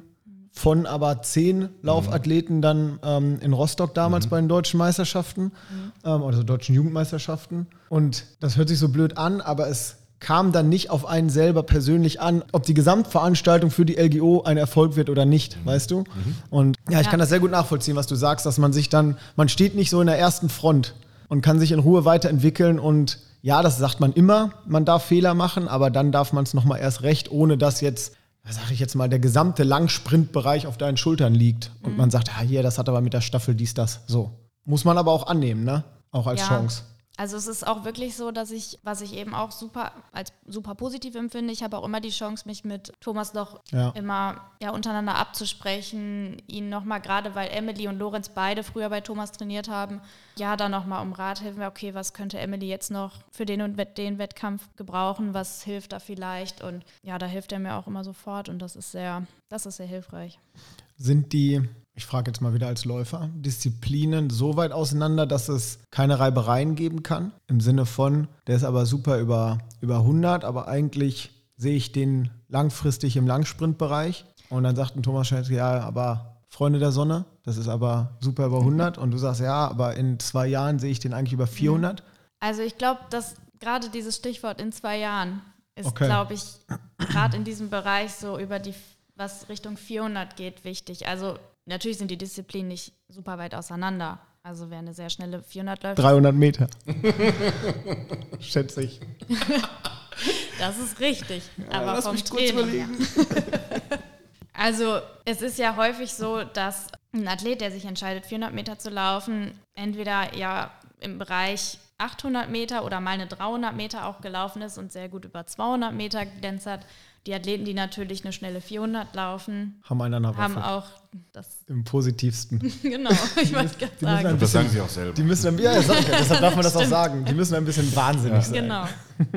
von aber zehn Laufathleten dann ähm, in Rostock damals mhm. bei den deutschen Meisterschaften, mhm. ähm, also deutschen Jugendmeisterschaften. Und das hört sich so blöd an, aber es kam dann nicht auf einen selber persönlich an, ob die Gesamtveranstaltung für die L G O ein Erfolg wird oder nicht, mhm. weißt du? Mhm. Und ja, ich ja. kann das sehr gut nachvollziehen, was du sagst, dass man sich dann, man steht nicht so in der ersten Front und kann sich in Ruhe weiterentwickeln und ja, das sagt man immer, man darf Fehler machen, aber dann darf man es nochmal erst recht, ohne dass jetzt, sag ich jetzt mal, der gesamte Langsprintbereich auf deinen Schultern liegt und mhm. man sagt, ah, hier, das hat aber mit der Staffel dies, das, so. Muss man aber auch annehmen, ne? Auch als ja. Chance. Also es ist auch wirklich so, dass ich, was ich eben auch super als super positiv empfinde, ich habe auch immer die Chance, mich mit Thomas noch ja. immer ja, untereinander abzusprechen, ihn nochmal, gerade weil Emily und Lorenz beide früher bei Thomas trainiert haben, ja, dann nochmal um Rat helfen, okay, was könnte Emily jetzt noch für den und den Wettkampf gebrauchen, was hilft da vielleicht und ja, da hilft er mir auch immer sofort und das ist sehr, das ist sehr hilfreich. Sind die, ich frage jetzt mal wieder als Läufer, Disziplinen so weit auseinander, dass es keine Reibereien geben kann? Im Sinne von, der ist aber super über, über hundert, aber eigentlich sehe ich den langfristig im Langsprintbereich. Und dann sagt ein Thomas Schätz, ja, aber Freunde der Sonne, das ist aber super über hundert. Und du sagst, ja, aber in zwei Jahren sehe ich den eigentlich über vierhundert. Also ich glaube, dass gerade dieses Stichwort in zwei Jahren ist, okay. glaube ich, gerade in diesem Bereich so über die, was Richtung vierhundert geht, wichtig. Also natürlich sind die Disziplinen nicht super weit auseinander. Also wer eine sehr schnelle vierhundert läuft. dreihundert Meter. Schätze ich. Das ist richtig. Ja, aber lass vom mich kurz Training überlegen. her. Also es ist ja häufig so, dass ein Athlet, der sich entscheidet, vierhundert Meter zu laufen, entweder ja im Bereich achthundert Meter oder mal eine dreihundert Meter auch gelaufen ist und sehr gut über zweihundert Meter geglänzt hat. Die Athleten, die natürlich eine schnelle vierhundert laufen, haben einen an der Waffe. haben auch das... Im positivsten. Genau, ich wollte gerade sagen. Bisschen, das sagen sie auch selber. Die müssen ein, ja, sag ich ja, deshalb darf man das auch sagen. Die müssen ein bisschen wahnsinnig ja. sein. Genau.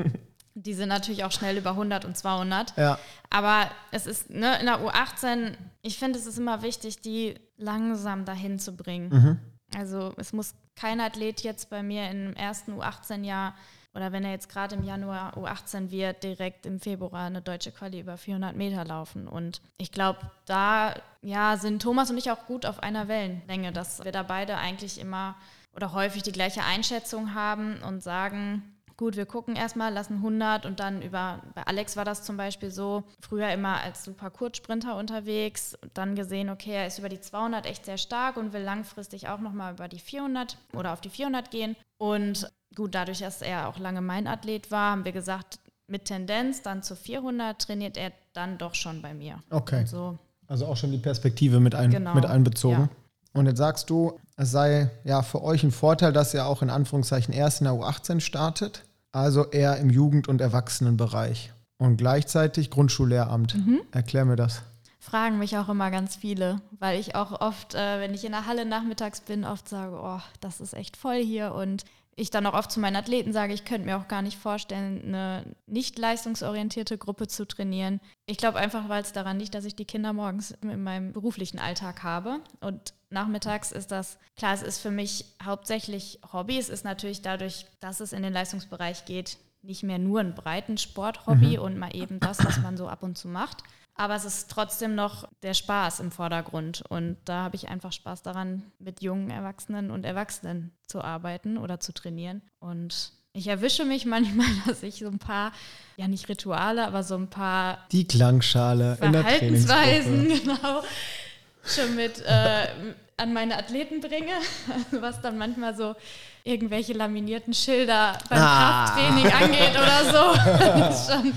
Die sind natürlich auch schnell über hundert und zweihundert. Ja. Aber es ist, ne, in der U achtzehn, ich finde, es ist immer wichtig, die langsam dahin zu bringen. Mhm. Also es muss kein Athlet jetzt bei mir im ersten U achtzehn-Jahr oder wenn er jetzt gerade im Januar U achtzehn wird, direkt im Februar eine deutsche Quali über vierhundert Meter laufen. Und ich glaube, da ja, sind Thomas und ich auch gut auf einer Wellenlänge, dass wir da beide eigentlich immer oder häufig die gleiche Einschätzung haben und sagen, gut, wir gucken erstmal, lassen hundert und dann über, bei Alex war das zum Beispiel so, früher immer als super Kurzsprinter unterwegs, dann gesehen, okay, er ist über die zweihundert echt sehr stark und will langfristig auch nochmal über die vierhundert oder auf die vierhundert gehen. Und gut, dadurch, dass er auch lange mein Athlet war, haben wir gesagt, mit Tendenz dann zu vierhundert trainiert er dann doch schon bei mir. Okay, so. Also auch schon die Perspektive mit, ein, genau. mit einbezogen. Ja. Und jetzt sagst du, es sei ja für euch ein Vorteil, dass ihr auch in Anführungszeichen erst in der U achtzehn startet, also eher im Jugend- und Erwachsenenbereich. Und gleichzeitig Grundschullehramt. Mhm. Erklär mir das. Fragen mich auch immer ganz viele, weil ich auch oft, äh, wenn ich in der Halle nachmittags bin, oft sage, oh, das ist echt voll hier und ich dann auch oft zu meinen Athleten sage, ich könnte mir auch gar nicht vorstellen, eine nicht leistungsorientierte Gruppe zu trainieren. Ich glaube einfach, weil es daran liegt, dass ich die Kinder morgens in meinem beruflichen Alltag habe und nachmittags ist das, klar, es ist für mich hauptsächlich Hobby. Es ist natürlich dadurch, dass es in den Leistungsbereich geht, nicht mehr nur ein Breitensport-Hobby mhm. und mal eben das, was man so ab und zu macht. Aber es ist trotzdem noch der Spaß im Vordergrund. Und da habe ich einfach Spaß daran, mit jungen Erwachsenen und Erwachsenen zu arbeiten oder zu trainieren. Und ich erwische mich manchmal, dass ich so ein paar, ja nicht Rituale, aber so ein paar Die Klangschale in der Verhaltensweisen, genau, schon mit äh, an meine Athleten bringe, was dann manchmal so irgendwelche laminierten Schilder beim ah. Krafttraining angeht oder so. Das ist schon,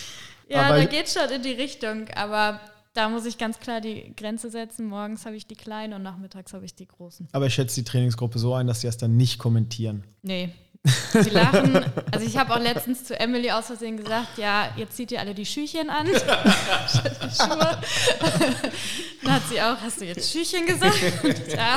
ja, aber da geht schon in die Richtung, aber da muss ich ganz klar die Grenze setzen. Morgens habe ich die Kleinen und nachmittags habe ich die Großen. Aber ich schätze die Trainingsgruppe so ein, dass sie das dann nicht kommentieren. Nee. Sie lachen. Also ich habe auch letztens zu Emily aus Versehen gesagt, ja, jetzt zieht ihr alle die Schüchchen an. Die Schuhe. Dann hat sie auch, hast du jetzt Schüchchen gesagt? Ja.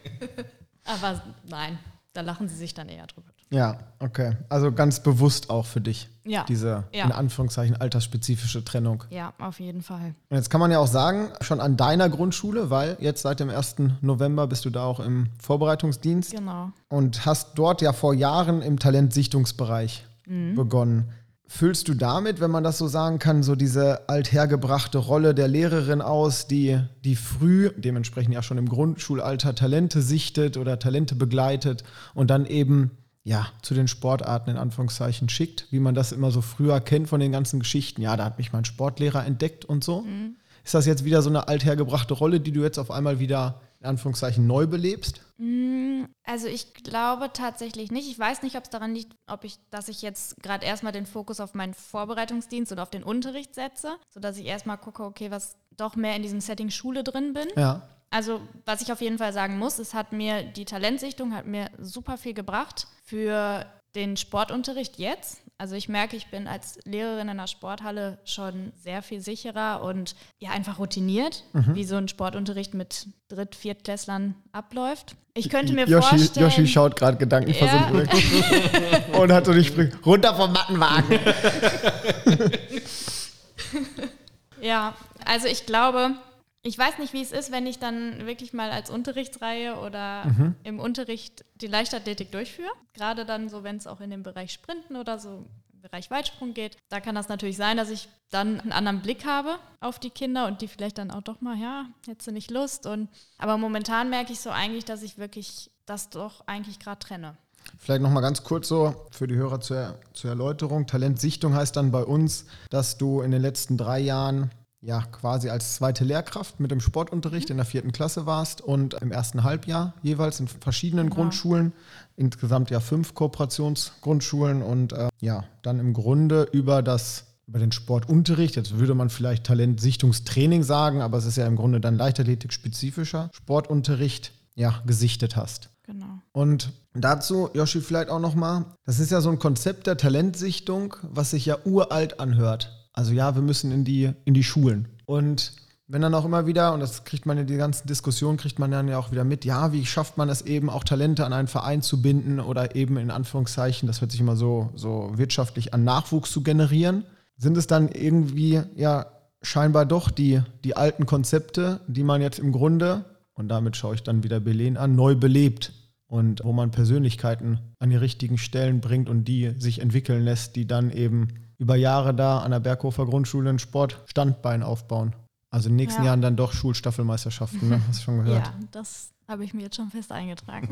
Aber nein, da lachen sie sich dann eher drüber. Ja, okay. Also ganz bewusst auch für dich. Ja. Diese, ja. in Anführungszeichen, altersspezifische Trennung. Ja, auf jeden Fall. Und jetzt kann man ja auch sagen, schon an deiner Grundschule, weil jetzt seit dem ersten November bist du da auch im Vorbereitungsdienst. Genau. Und hast dort ja vor Jahren im Talentsichtungsbereich mhm. begonnen. füllst du damit, wenn man das so sagen kann, so diese althergebrachte Rolle der Lehrerin aus, die, die früh, dementsprechend ja schon im Grundschulalter, Talente sichtet oder Talente begleitet und dann eben ja, zu den Sportarten in Anführungszeichen schickt, wie man das immer so früher kennt von den ganzen Geschichten. Ja, da hat mich mein Sportlehrer entdeckt und so. Mhm. Ist das jetzt wieder so eine althergebrachte Rolle, die du jetzt auf einmal wieder in Anführungszeichen neu belebst? Also ich glaube tatsächlich nicht. Ich weiß nicht, ob es daran liegt, ob ich, dass ich jetzt gerade erstmal den Fokus auf meinen Vorbereitungsdienst und auf den Unterricht setze, sodass ich erstmal gucke, okay, was doch mehr in diesem Setting Schule drin bin. Ja. Also was ich auf jeden Fall sagen muss, es hat mir, die Talentsichtung hat mir super viel gebracht für den Sportunterricht jetzt. Also ich merke, ich bin als Lehrerin in der Sporthalle schon sehr viel sicherer und ja einfach routiniert, mhm. wie so ein Sportunterricht mit Dritt-, Viertklässlern abläuft. Ich könnte mir Yoshi, vorstellen... Yoshi schaut gerade gedankenversunken ja. und hat so die Sprüche, runter vom Mattenwagen. Ja, also ich glaube... Ich weiß nicht, wie es ist, wenn ich dann wirklich mal als Unterrichtsreihe oder mhm. im Unterricht die Leichtathletik durchführe. Gerade dann so, wenn es auch in den Bereich Sprinten oder so im Bereich Weitsprung geht. Da kann das natürlich sein, dass ich dann einen anderen Blick habe auf die Kinder und die vielleicht dann auch doch mal, ja, jetzt nicht Lust. Und, aber momentan merke ich so eigentlich, dass ich wirklich das doch eigentlich gerade trenne. Vielleicht nochmal ganz kurz so für die Hörer zur, zur Erläuterung. Talentsichtung heißt dann bei uns, dass du in den letzten drei Jahren ja quasi als zweite Lehrkraft mit dem Sportunterricht in der vierten Klasse warst und im ersten Halbjahr jeweils in verschiedenen genau. Grundschulen, insgesamt ja fünf Kooperationsgrundschulen und äh, ja, dann im Grunde über das über den Sportunterricht, jetzt würde man vielleicht Talentsichtungstraining sagen, aber es ist ja im Grunde dann Leichtathletik-spezifischer Sportunterricht, ja, gesichtet hast. Genau. Und dazu, Yoshi, vielleicht auch nochmal, das ist ja so ein Konzept der Talentsichtung, was sich ja uralt anhört. Also ja, wir müssen in die, in die Schulen. Und wenn dann auch immer wieder, und das kriegt man in die ganzen Diskussionen, kriegt man dann ja auch wieder mit, ja, wie schafft man es eben, auch Talente an einen Verein zu binden oder eben in Anführungszeichen, das hört sich immer so, so wirtschaftlich an, Nachwuchs zu generieren. Sind es dann irgendwie ja scheinbar doch die, die alten Konzepte, die man jetzt im Grunde, und damit schaue ich dann wieder Belen an, neu belebt und wo man Persönlichkeiten an die richtigen Stellen bringt und die sich entwickeln lässt, die dann eben über Jahre da an der Berghofer Grundschule ein Sportstandbein aufbauen. Also in den nächsten ja. Jahren dann doch Schulstaffelmeisterschaften, ne? Hast du schon gehört? Ja, das habe ich mir jetzt schon fest eingetragen.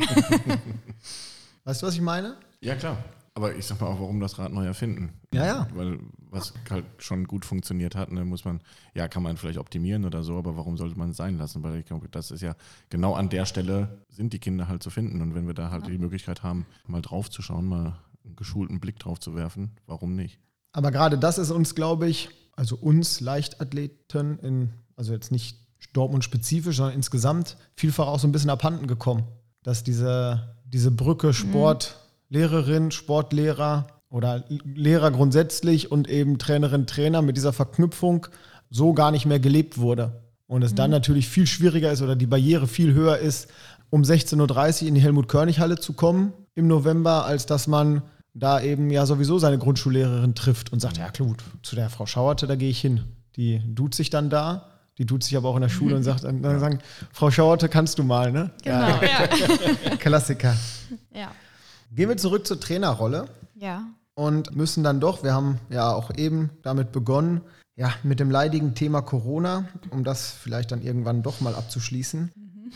Weißt du, was ich meine? Ja, klar. Aber ich sag mal auch, warum das Rad neu erfinden? Ja, ja. Weil was halt schon gut funktioniert hat, ne, muss man, ja, kann man vielleicht optimieren oder so, aber warum sollte man es sein lassen? Weil ich glaube, das ist ja, genau an der Stelle sind die Kinder halt zu finden. Und wenn wir da halt ja. die Möglichkeit haben, mal drauf zu schauen, mal einen geschulten Blick drauf zu werfen, warum nicht? Aber gerade das ist uns, glaube ich, also uns Leichtathleten, in, also jetzt nicht Dortmund-spezifisch, sondern insgesamt vielfach auch so ein bisschen abhanden gekommen. Dass diese, diese Brücke Sportlehrerin, Sportlehrer oder Lehrer grundsätzlich und eben Trainerin, Trainer mit dieser Verknüpfung so gar nicht mehr gelebt wurde. Und es mhm. dann natürlich viel schwieriger ist oder die Barriere viel höher ist, um sechzehn Uhr dreißig in die Helmut-Körnig-Halle zu kommen im November, als dass man da eben ja sowieso seine Grundschullehrerin trifft und sagt, ja gut, zu der Frau Schauerte, da gehe ich hin. Die duzt sich dann da, die duzt sich aber auch in der Schule und sagt dann, dann sagen, Frau Schauerte, kannst du mal, ne? Genau, ja. ja. Klassiker. Ja. Gehen wir zurück zur Trainerrolle. Ja. Und müssen dann doch, wir haben ja auch eben damit begonnen, ja, mit dem leidigen Thema Corona, um das vielleicht dann irgendwann doch mal abzuschließen.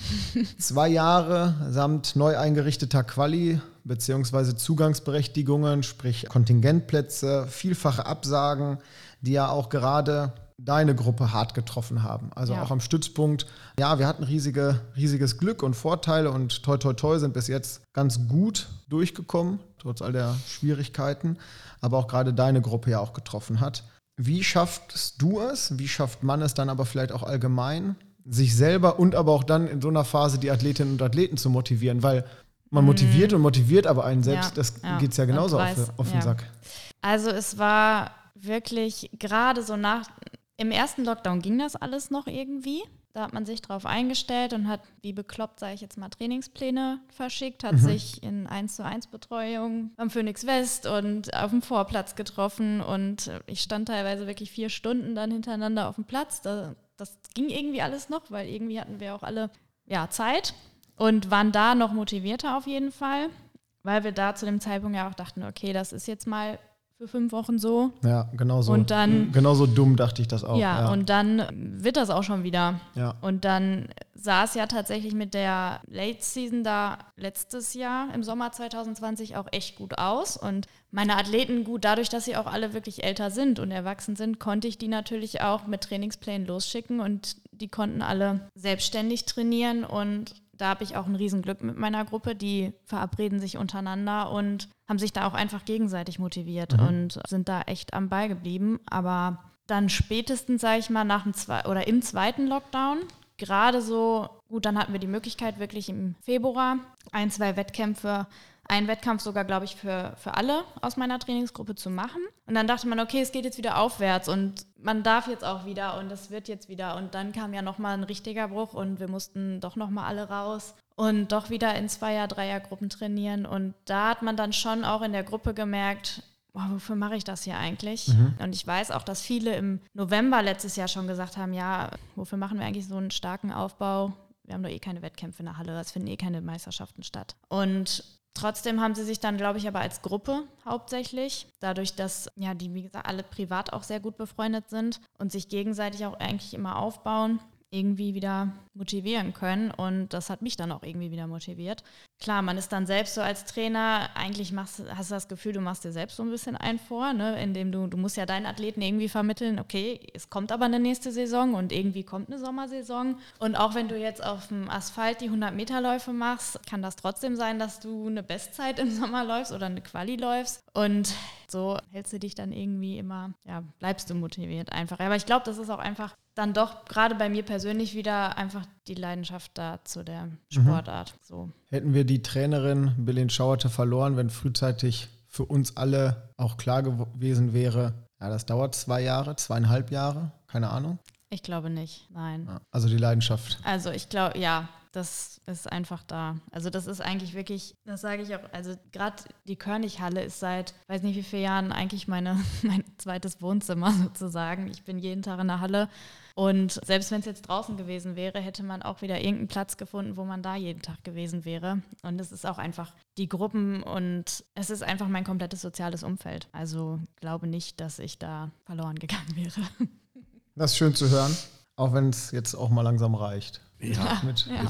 Zwei Jahre samt neu eingerichteter Quali beziehungsweise Zugangsberechtigungen, sprich Kontingentplätze, vielfache Absagen, die ja auch gerade deine Gruppe hart getroffen haben. Also ja. auch am Stützpunkt. Ja, wir hatten riesige, riesiges Glück und Vorteile und toi toi toi sind bis jetzt ganz gut durchgekommen, trotz all der Schwierigkeiten, aber auch gerade deine Gruppe ja auch getroffen hat. Wie schaffst du es? Wie schafft man es dann aber vielleicht auch allgemein, sich selber und aber auch dann in so einer Phase die Athletinnen und Athleten zu motivieren, weil man motiviert mm. und motiviert aber einen selbst, ja, das ja, geht es ja genauso weiß, auf, auf den ja. Sack. Also es war wirklich gerade so nach, im ersten Lockdown ging das alles noch irgendwie, da hat man sich drauf eingestellt und hat, wie bekloppt, sage ich jetzt mal, Trainingspläne verschickt, hat mhm. sich in eins zu eins Betreuung am Phoenix West und auf dem Vorplatz getroffen und ich stand teilweise wirklich vier Stunden dann hintereinander auf dem Platz, da Das ging irgendwie alles noch, weil irgendwie hatten wir auch alle ja, Zeit und waren da noch motivierter auf jeden Fall, weil wir da zu dem Zeitpunkt ja auch dachten, okay, das ist jetzt mal für fünf Wochen so. Ja, genau so. Und dann, genauso dumm dachte ich das auch. Ja, ja. und dann wird das auch schon wieder. Ja. Und dann sah es ja tatsächlich mit der Late Season da letztes Jahr im Sommer zwanzig zwanzig auch echt gut aus. Und meine Athleten, gut, dadurch, dass sie auch alle wirklich älter sind und erwachsen sind, konnte ich die natürlich auch mit Trainingsplänen losschicken und die konnten alle selbstständig trainieren. Und da habe ich auch ein Riesenglück mit meiner Gruppe. Die verabreden sich untereinander und haben sich da auch einfach gegenseitig motiviert mhm. und sind da echt am Ball geblieben. Aber dann spätestens, sage ich mal, nach dem Zwe- oder im zweiten Lockdown, gerade so, gut, dann hatten wir die Möglichkeit, wirklich im Februar ein, zwei Wettkämpfe, einen Wettkampf sogar, glaube ich, für, für alle aus meiner Trainingsgruppe zu machen. Und dann dachte man, okay, es geht jetzt wieder aufwärts und man darf jetzt auch wieder und es wird jetzt wieder. Und dann kam ja nochmal ein richtiger Bruch und wir mussten doch nochmal alle raus und doch wieder in Zweier-, Dreier-Gruppen trainieren. Und da hat man dann schon auch in der Gruppe gemerkt, boah, wofür mache ich das hier eigentlich? Mhm. Und ich weiß auch, dass viele im November letztes Jahr schon gesagt haben, ja, wofür machen wir eigentlich so einen starken Aufbau? Wir haben doch eh keine Wettkämpfe in der Halle, es finden eh keine Meisterschaften statt. Und trotzdem haben sie sich dann, glaube ich, aber als Gruppe hauptsächlich, dadurch, dass ja die, wie gesagt, alle privat auch sehr gut befreundet sind und sich gegenseitig auch eigentlich immer aufbauen, irgendwie wieder motivieren können. Und das hat mich dann auch irgendwie wieder motiviert. Klar, man ist dann selbst so als Trainer, eigentlich machst, hast du das Gefühl, du machst dir selbst so ein bisschen ein vor, ne? Indem du, du musst ja deinen Athleten irgendwie vermitteln, okay, es kommt aber eine nächste Saison und irgendwie kommt eine Sommersaison. Und auch wenn du jetzt auf dem Asphalt die hundert-Meter-Läufe machst, kann das trotzdem sein, dass du eine Bestzeit im Sommer läufst oder eine Quali läufst. Und so hältst du dich dann irgendwie immer, ja, bleibst du motiviert einfach. Aber ich glaube, das ist auch einfach dann doch gerade bei mir persönlich wieder einfach die Leidenschaft da zu der Sportart. Mhm. So. Hätten wir die Trainerin Belen Schauerte verloren, wenn frühzeitig für uns alle auch klar gewesen wäre, ja, das dauert zwei Jahre, zweieinhalb Jahre, keine Ahnung? Ich glaube nicht, nein. Ja, also die Leidenschaft. Also ich glaube, ja, das ist einfach da. Also das ist eigentlich wirklich, das sage ich auch, also gerade die Körnighalle ist seit, weiß nicht wie vielen Jahren eigentlich meine, mein zweites Wohnzimmer sozusagen. Ich bin jeden Tag in der Halle und selbst wenn es jetzt draußen gewesen wäre, hätte man auch wieder irgendeinen Platz gefunden, wo man da jeden Tag gewesen wäre. Und es ist auch einfach die Gruppen und es ist einfach mein komplettes soziales Umfeld. Also glaube nicht, dass ich da verloren gegangen wäre. Das ist schön zu hören, auch wenn es jetzt auch mal langsam reicht. Ja, mit. ja.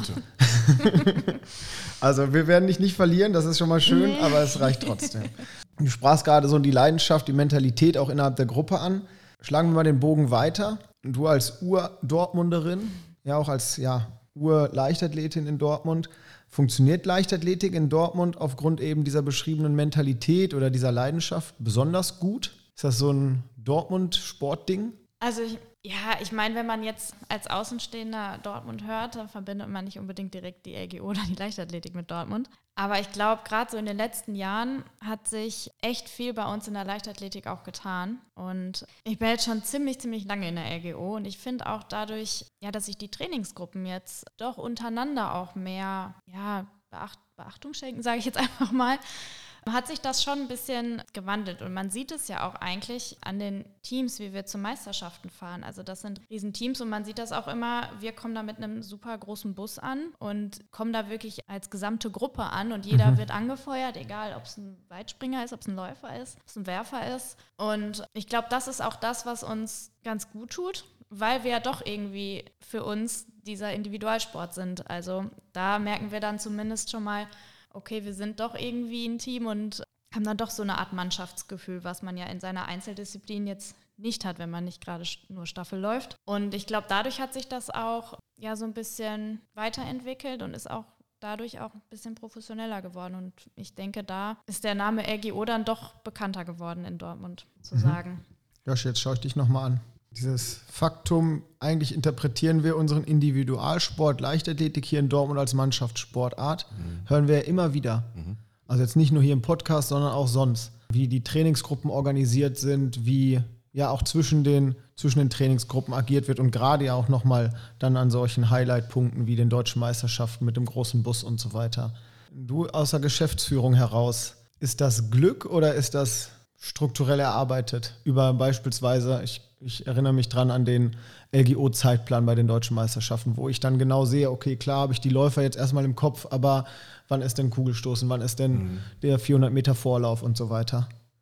Bitte. Also wir werden dich nicht verlieren, das ist schon mal schön, nee. Aber es reicht trotzdem. Du sprachst gerade so die Leidenschaft, die Mentalität auch innerhalb der Gruppe an. Schlagen wir mal den Bogen weiter. Du als Ur-Dortmunderin, ja auch als ja, Ur-Leichtathletin in Dortmund, funktioniert Leichtathletik in Dortmund aufgrund eben dieser beschriebenen Mentalität oder dieser Leidenschaft besonders gut? Ist das so ein Dortmund-Sportding? Also ich, ja, ich meine, wenn man jetzt als Außenstehender Dortmund hört, dann verbindet man nicht unbedingt direkt die L G O oder die Leichtathletik mit Dortmund. Aber ich glaube, gerade so in den letzten Jahren hat sich echt viel bei uns in der Leichtathletik auch getan. Und ich bin jetzt schon ziemlich, ziemlich lange in der L G O und ich finde auch dadurch, ja, dass sich die Trainingsgruppen jetzt doch untereinander auch mehr ja, Beacht, Beachtung schenken, sage ich jetzt einfach mal, hat sich das schon ein bisschen gewandelt. Und man sieht es ja auch eigentlich an den Teams, wie wir zu Meisterschaften fahren. Also das sind Riesenteams und man sieht das auch immer, wir kommen da mit einem super großen Bus an und kommen da wirklich als gesamte Gruppe an und jeder mhm. wird angefeuert, egal ob es ein Weitspringer ist, ob es ein Läufer ist, ob es ein Werfer ist. Und ich glaube, das ist auch das, was uns ganz gut tut, weil wir ja doch irgendwie für uns dieser Individualsport sind. Also da merken wir dann zumindest schon mal, okay, wir sind doch irgendwie ein Team und haben dann doch so eine Art Mannschaftsgefühl, was man ja in seiner Einzeldisziplin jetzt nicht hat, wenn man nicht gerade nur Staffel läuft. Und ich glaube, dadurch hat sich das auch ja so ein bisschen weiterentwickelt und ist auch dadurch auch ein bisschen professioneller geworden. Und ich denke, da ist der Name L G O dann doch bekannter geworden in Dortmund, zu mhm. sagen. Josh, jetzt schaue ich dich nochmal an. Dieses Faktum, eigentlich interpretieren wir unseren Individualsport Leichtathletik hier in Dortmund als Mannschaftssportart, mhm. hören wir ja immer wieder. Mhm. Also jetzt nicht nur hier im Podcast, sondern auch sonst. Wie die Trainingsgruppen organisiert sind, wie ja auch zwischen den, zwischen den Trainingsgruppen agiert wird und gerade ja auch nochmal dann an solchen Highlight-Punkten wie den deutschen Meisterschaften mit dem großen Bus und so weiter. Du aus der Geschäftsführung heraus, ist das Glück oder ist das strukturell erarbeitet? Über beispielsweise, ich Ich erinnere mich dran an den L G O-Zeitplan bei den deutschen Meisterschaften, wo ich dann genau sehe, okay, klar habe ich die Läufer jetzt erstmal im Kopf, aber wann ist denn Kugelstoßen, wann ist denn mhm. der vierhundert Meter Vorlauf und so weiter?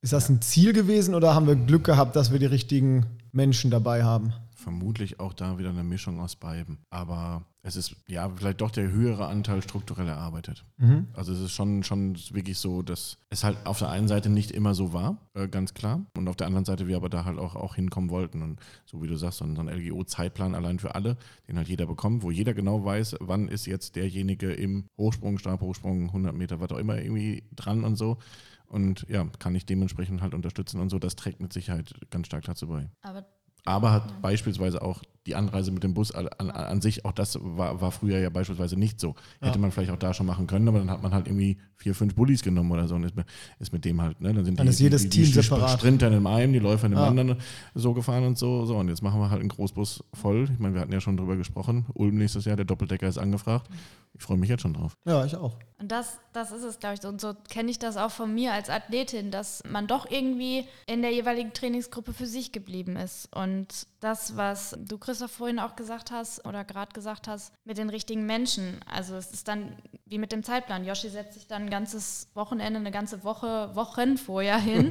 Ist das ein Ziel gewesen oder haben wir Glück gehabt, dass wir die richtigen Menschen dabei haben? Vermutlich auch da wieder eine Mischung aus beiden. Aber es ist ja vielleicht doch der höhere Anteil strukturell erarbeitet. Mhm. Also es ist schon, schon wirklich so, dass es halt auf der einen Seite nicht immer so war, äh, ganz klar. Und auf der anderen Seite wir aber da halt auch, auch hinkommen wollten. Und so wie du sagst, so ein, so ein L G O-Zeitplan allein für alle, den halt jeder bekommt, wo jeder genau weiß, wann ist jetzt derjenige im Hochsprung, Stabhochsprung, hundert Meter, was auch immer irgendwie dran und so. Und ja, kann ich dementsprechend halt unterstützen und so. Das trägt mit Sicherheit ganz stark dazu bei. Aber Aber hat ja. beispielsweise auch die Anreise mit dem Bus an, an, an sich, auch das war, war früher ja beispielsweise nicht so. Ja. Hätte man vielleicht auch da schon machen können, aber dann hat man halt irgendwie vier, fünf Bullis genommen oder so und ist, ist mit dem halt, ne? Dann sind dann die, ist jedes die, Team die, die separat. Sprinter in dem einen, die Läufer in dem ja. anderen so gefahren und so. So, und jetzt machen wir halt einen Großbus voll. Ich meine, wir hatten ja schon drüber gesprochen. Ulm nächstes Jahr, der Doppeldecker ist angefragt. Ich freue mich jetzt schon drauf. Ja, ich auch. Und das, das ist es, glaube ich, so. Und so kenne ich das auch von mir als Athletin, dass man doch irgendwie in der jeweiligen Trainingsgruppe für sich geblieben ist. Und das, was du, Christoph, vorhin auch gesagt hast oder gerade gesagt hast, mit den richtigen Menschen. Also es ist dann wie mit dem Zeitplan. Yoshi setzt sich dann ein ganzes Wochenende, eine ganze Woche, Wochen vorher hin.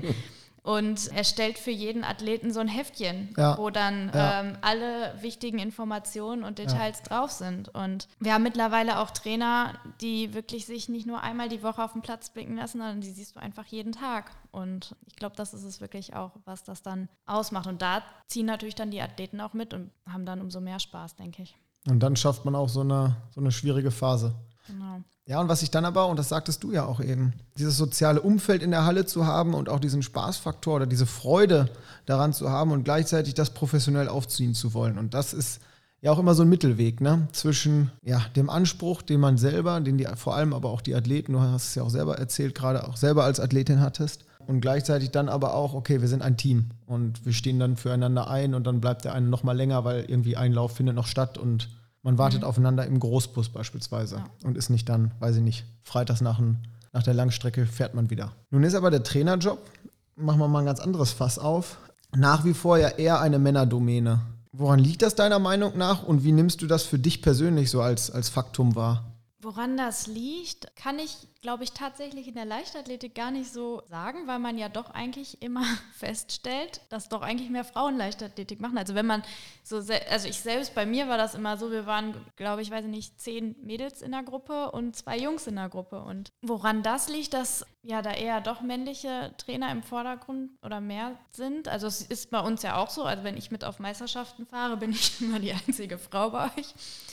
Und er stellt für jeden Athleten so ein Heftchen, ja. wo dann ja. ähm, alle wichtigen Informationen und Details ja. drauf sind. Und wir haben mittlerweile auch Trainer, die wirklich sich nicht nur einmal die Woche auf den Platz blicken lassen, sondern die siehst du einfach jeden Tag. Und ich glaube, das ist es wirklich auch, was das dann ausmacht. Und da ziehen natürlich dann die Athleten auch mit und haben dann umso mehr Spaß, denke ich. Und dann schafft man auch so eine, so eine schwierige Phase. Genau. Ja, und was ich dann aber, und das sagtest du ja auch eben, dieses soziale Umfeld in der Halle zu haben und auch diesen Spaßfaktor oder diese Freude daran zu haben und gleichzeitig das professionell aufziehen zu wollen. Und das ist ja auch immer so ein Mittelweg, ne? Zwischen ja, dem Anspruch, den man selber, den die vor allem aber auch die Athleten, du hast es ja auch selber erzählt, gerade auch selber als Athletin hattest, und gleichzeitig dann aber auch, okay, wir sind ein Team und wir stehen dann füreinander ein und dann bleibt der eine noch mal länger, weil irgendwie ein Lauf findet noch statt und man wartet mhm. aufeinander im Großbus beispielsweise ja. und ist nicht dann, weiß ich nicht, freitags nach, ein, nach der Langstrecke fährt man wieder. Nun ist aber der Trainerjob, machen wir mal ein ganz anderes Fass auf, nach wie vor ja eher eine Männerdomäne. Woran liegt das deiner Meinung nach und wie nimmst du das für dich persönlich so als, als Faktum wahr? Woran das liegt, kann ich, glaube ich, tatsächlich in der Leichtathletik gar nicht so sagen, weil man ja doch eigentlich immer feststellt, dass doch eigentlich mehr Frauen Leichtathletik machen. Also wenn man so, also ich selbst, bei mir war das immer so, wir waren, glaube ich, weiß ich nicht, zehn Mädels in der Gruppe und zwei Jungs in der Gruppe. Und woran das liegt, dass ja da eher doch männliche Trainer im Vordergrund oder mehr sind. Also es ist bei uns ja auch so, also wenn ich mit auf Meisterschaften fahre, bin ich immer die einzige Frau bei euch.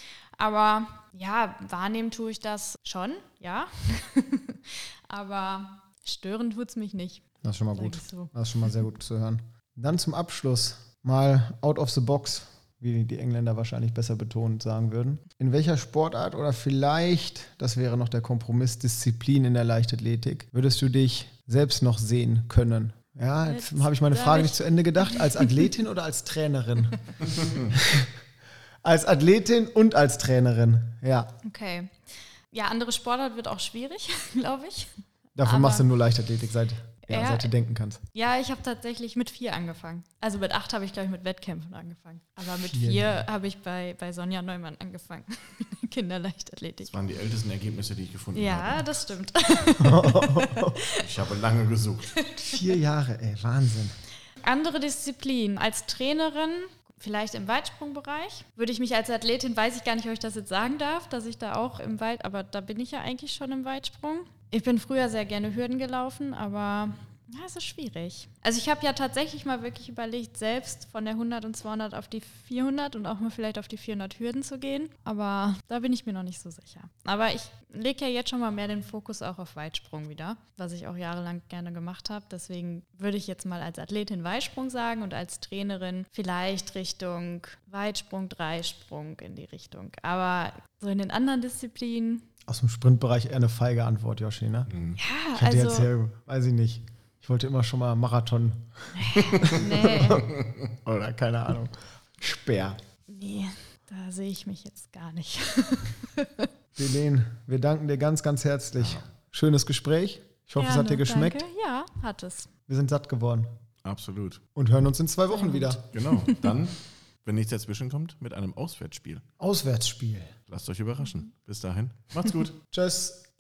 Aber ja, wahrnehmen tue ich das schon, ja. Aber stören tut es mich nicht. Das ist schon mal gut. So. Das ist schon mal sehr gut zu hören. Dann zum Abschluss mal out of the box, wie die Engländer wahrscheinlich besser betont sagen würden. In welcher Sportart oder vielleicht, das wäre noch der Kompromiss, Disziplin in der Leichtathletik, würdest du dich selbst noch sehen können? Ja, jetzt, jetzt habe ich meine Frage ich nicht zu Ende gedacht. Als Athletin oder als Trainerin? Als Athletin und als Trainerin, ja. Okay. Ja, andere Sportart wird auch schwierig, glaube ich. Dafür Aber machst du nur Leichtathletik, seit, ja, ja, seit du denken kannst. Ja, ich habe tatsächlich mit vier angefangen. Also mit acht habe ich, glaube ich, mit Wettkämpfen angefangen. Aber mit vier, vier habe ich bei, bei Sonja Neumann angefangen. Kinderleichtathletik. Das waren die ältesten Ergebnisse, die ich gefunden ja, habe. Ja, das stimmt. Ich habe lange gesucht. Vier Jahre, ey, Wahnsinn. Andere Disziplin. Als Trainerin, vielleicht im Weitsprungbereich. Würde ich mich als Athletin, weiß ich gar nicht, ob ich das jetzt sagen darf, dass ich da auch im Weit, aber da bin ich ja eigentlich schon im Weitsprung. Ich bin früher sehr gerne Hürden gelaufen, aber ja, es ist schwierig. Also ich habe ja tatsächlich mal wirklich überlegt, selbst von der hundert und zweihundert auf die vierhundert und auch mal vielleicht auf die vierhundert Hürden zu gehen, aber da bin ich mir noch nicht so sicher. Aber ich lege ja jetzt schon mal mehr den Fokus auch auf Weitsprung wieder, was ich auch jahrelang gerne gemacht habe. Deswegen würde ich jetzt mal als Athletin Weitsprung sagen und als Trainerin vielleicht Richtung Weitsprung, Dreisprung in die Richtung. Aber so in den anderen Disziplinen... Aus dem Sprintbereich eher eine feige Antwort, Yoshi, ne? Mhm. Ja, ich hätte also... Jetzt hier, weiß ich nicht. Ich wollte immer schon mal Marathon. Nee. Oder keine Ahnung. Speer. Nee, da sehe ich mich jetzt gar nicht. Helene, wir danken dir ganz, ganz herzlich. Schönes Gespräch. Ich hoffe, Gerne, es hat dir geschmeckt. Danke. Ja, hat es. Wir sind satt geworden. Absolut. Und hören uns in zwei Wochen Sehr wieder. gut. Genau. Dann, wenn nichts dazwischen kommt, mit einem Auswärtsspiel. Auswärtsspiel. Lasst euch überraschen. Bis dahin. Macht's gut. Tschüss.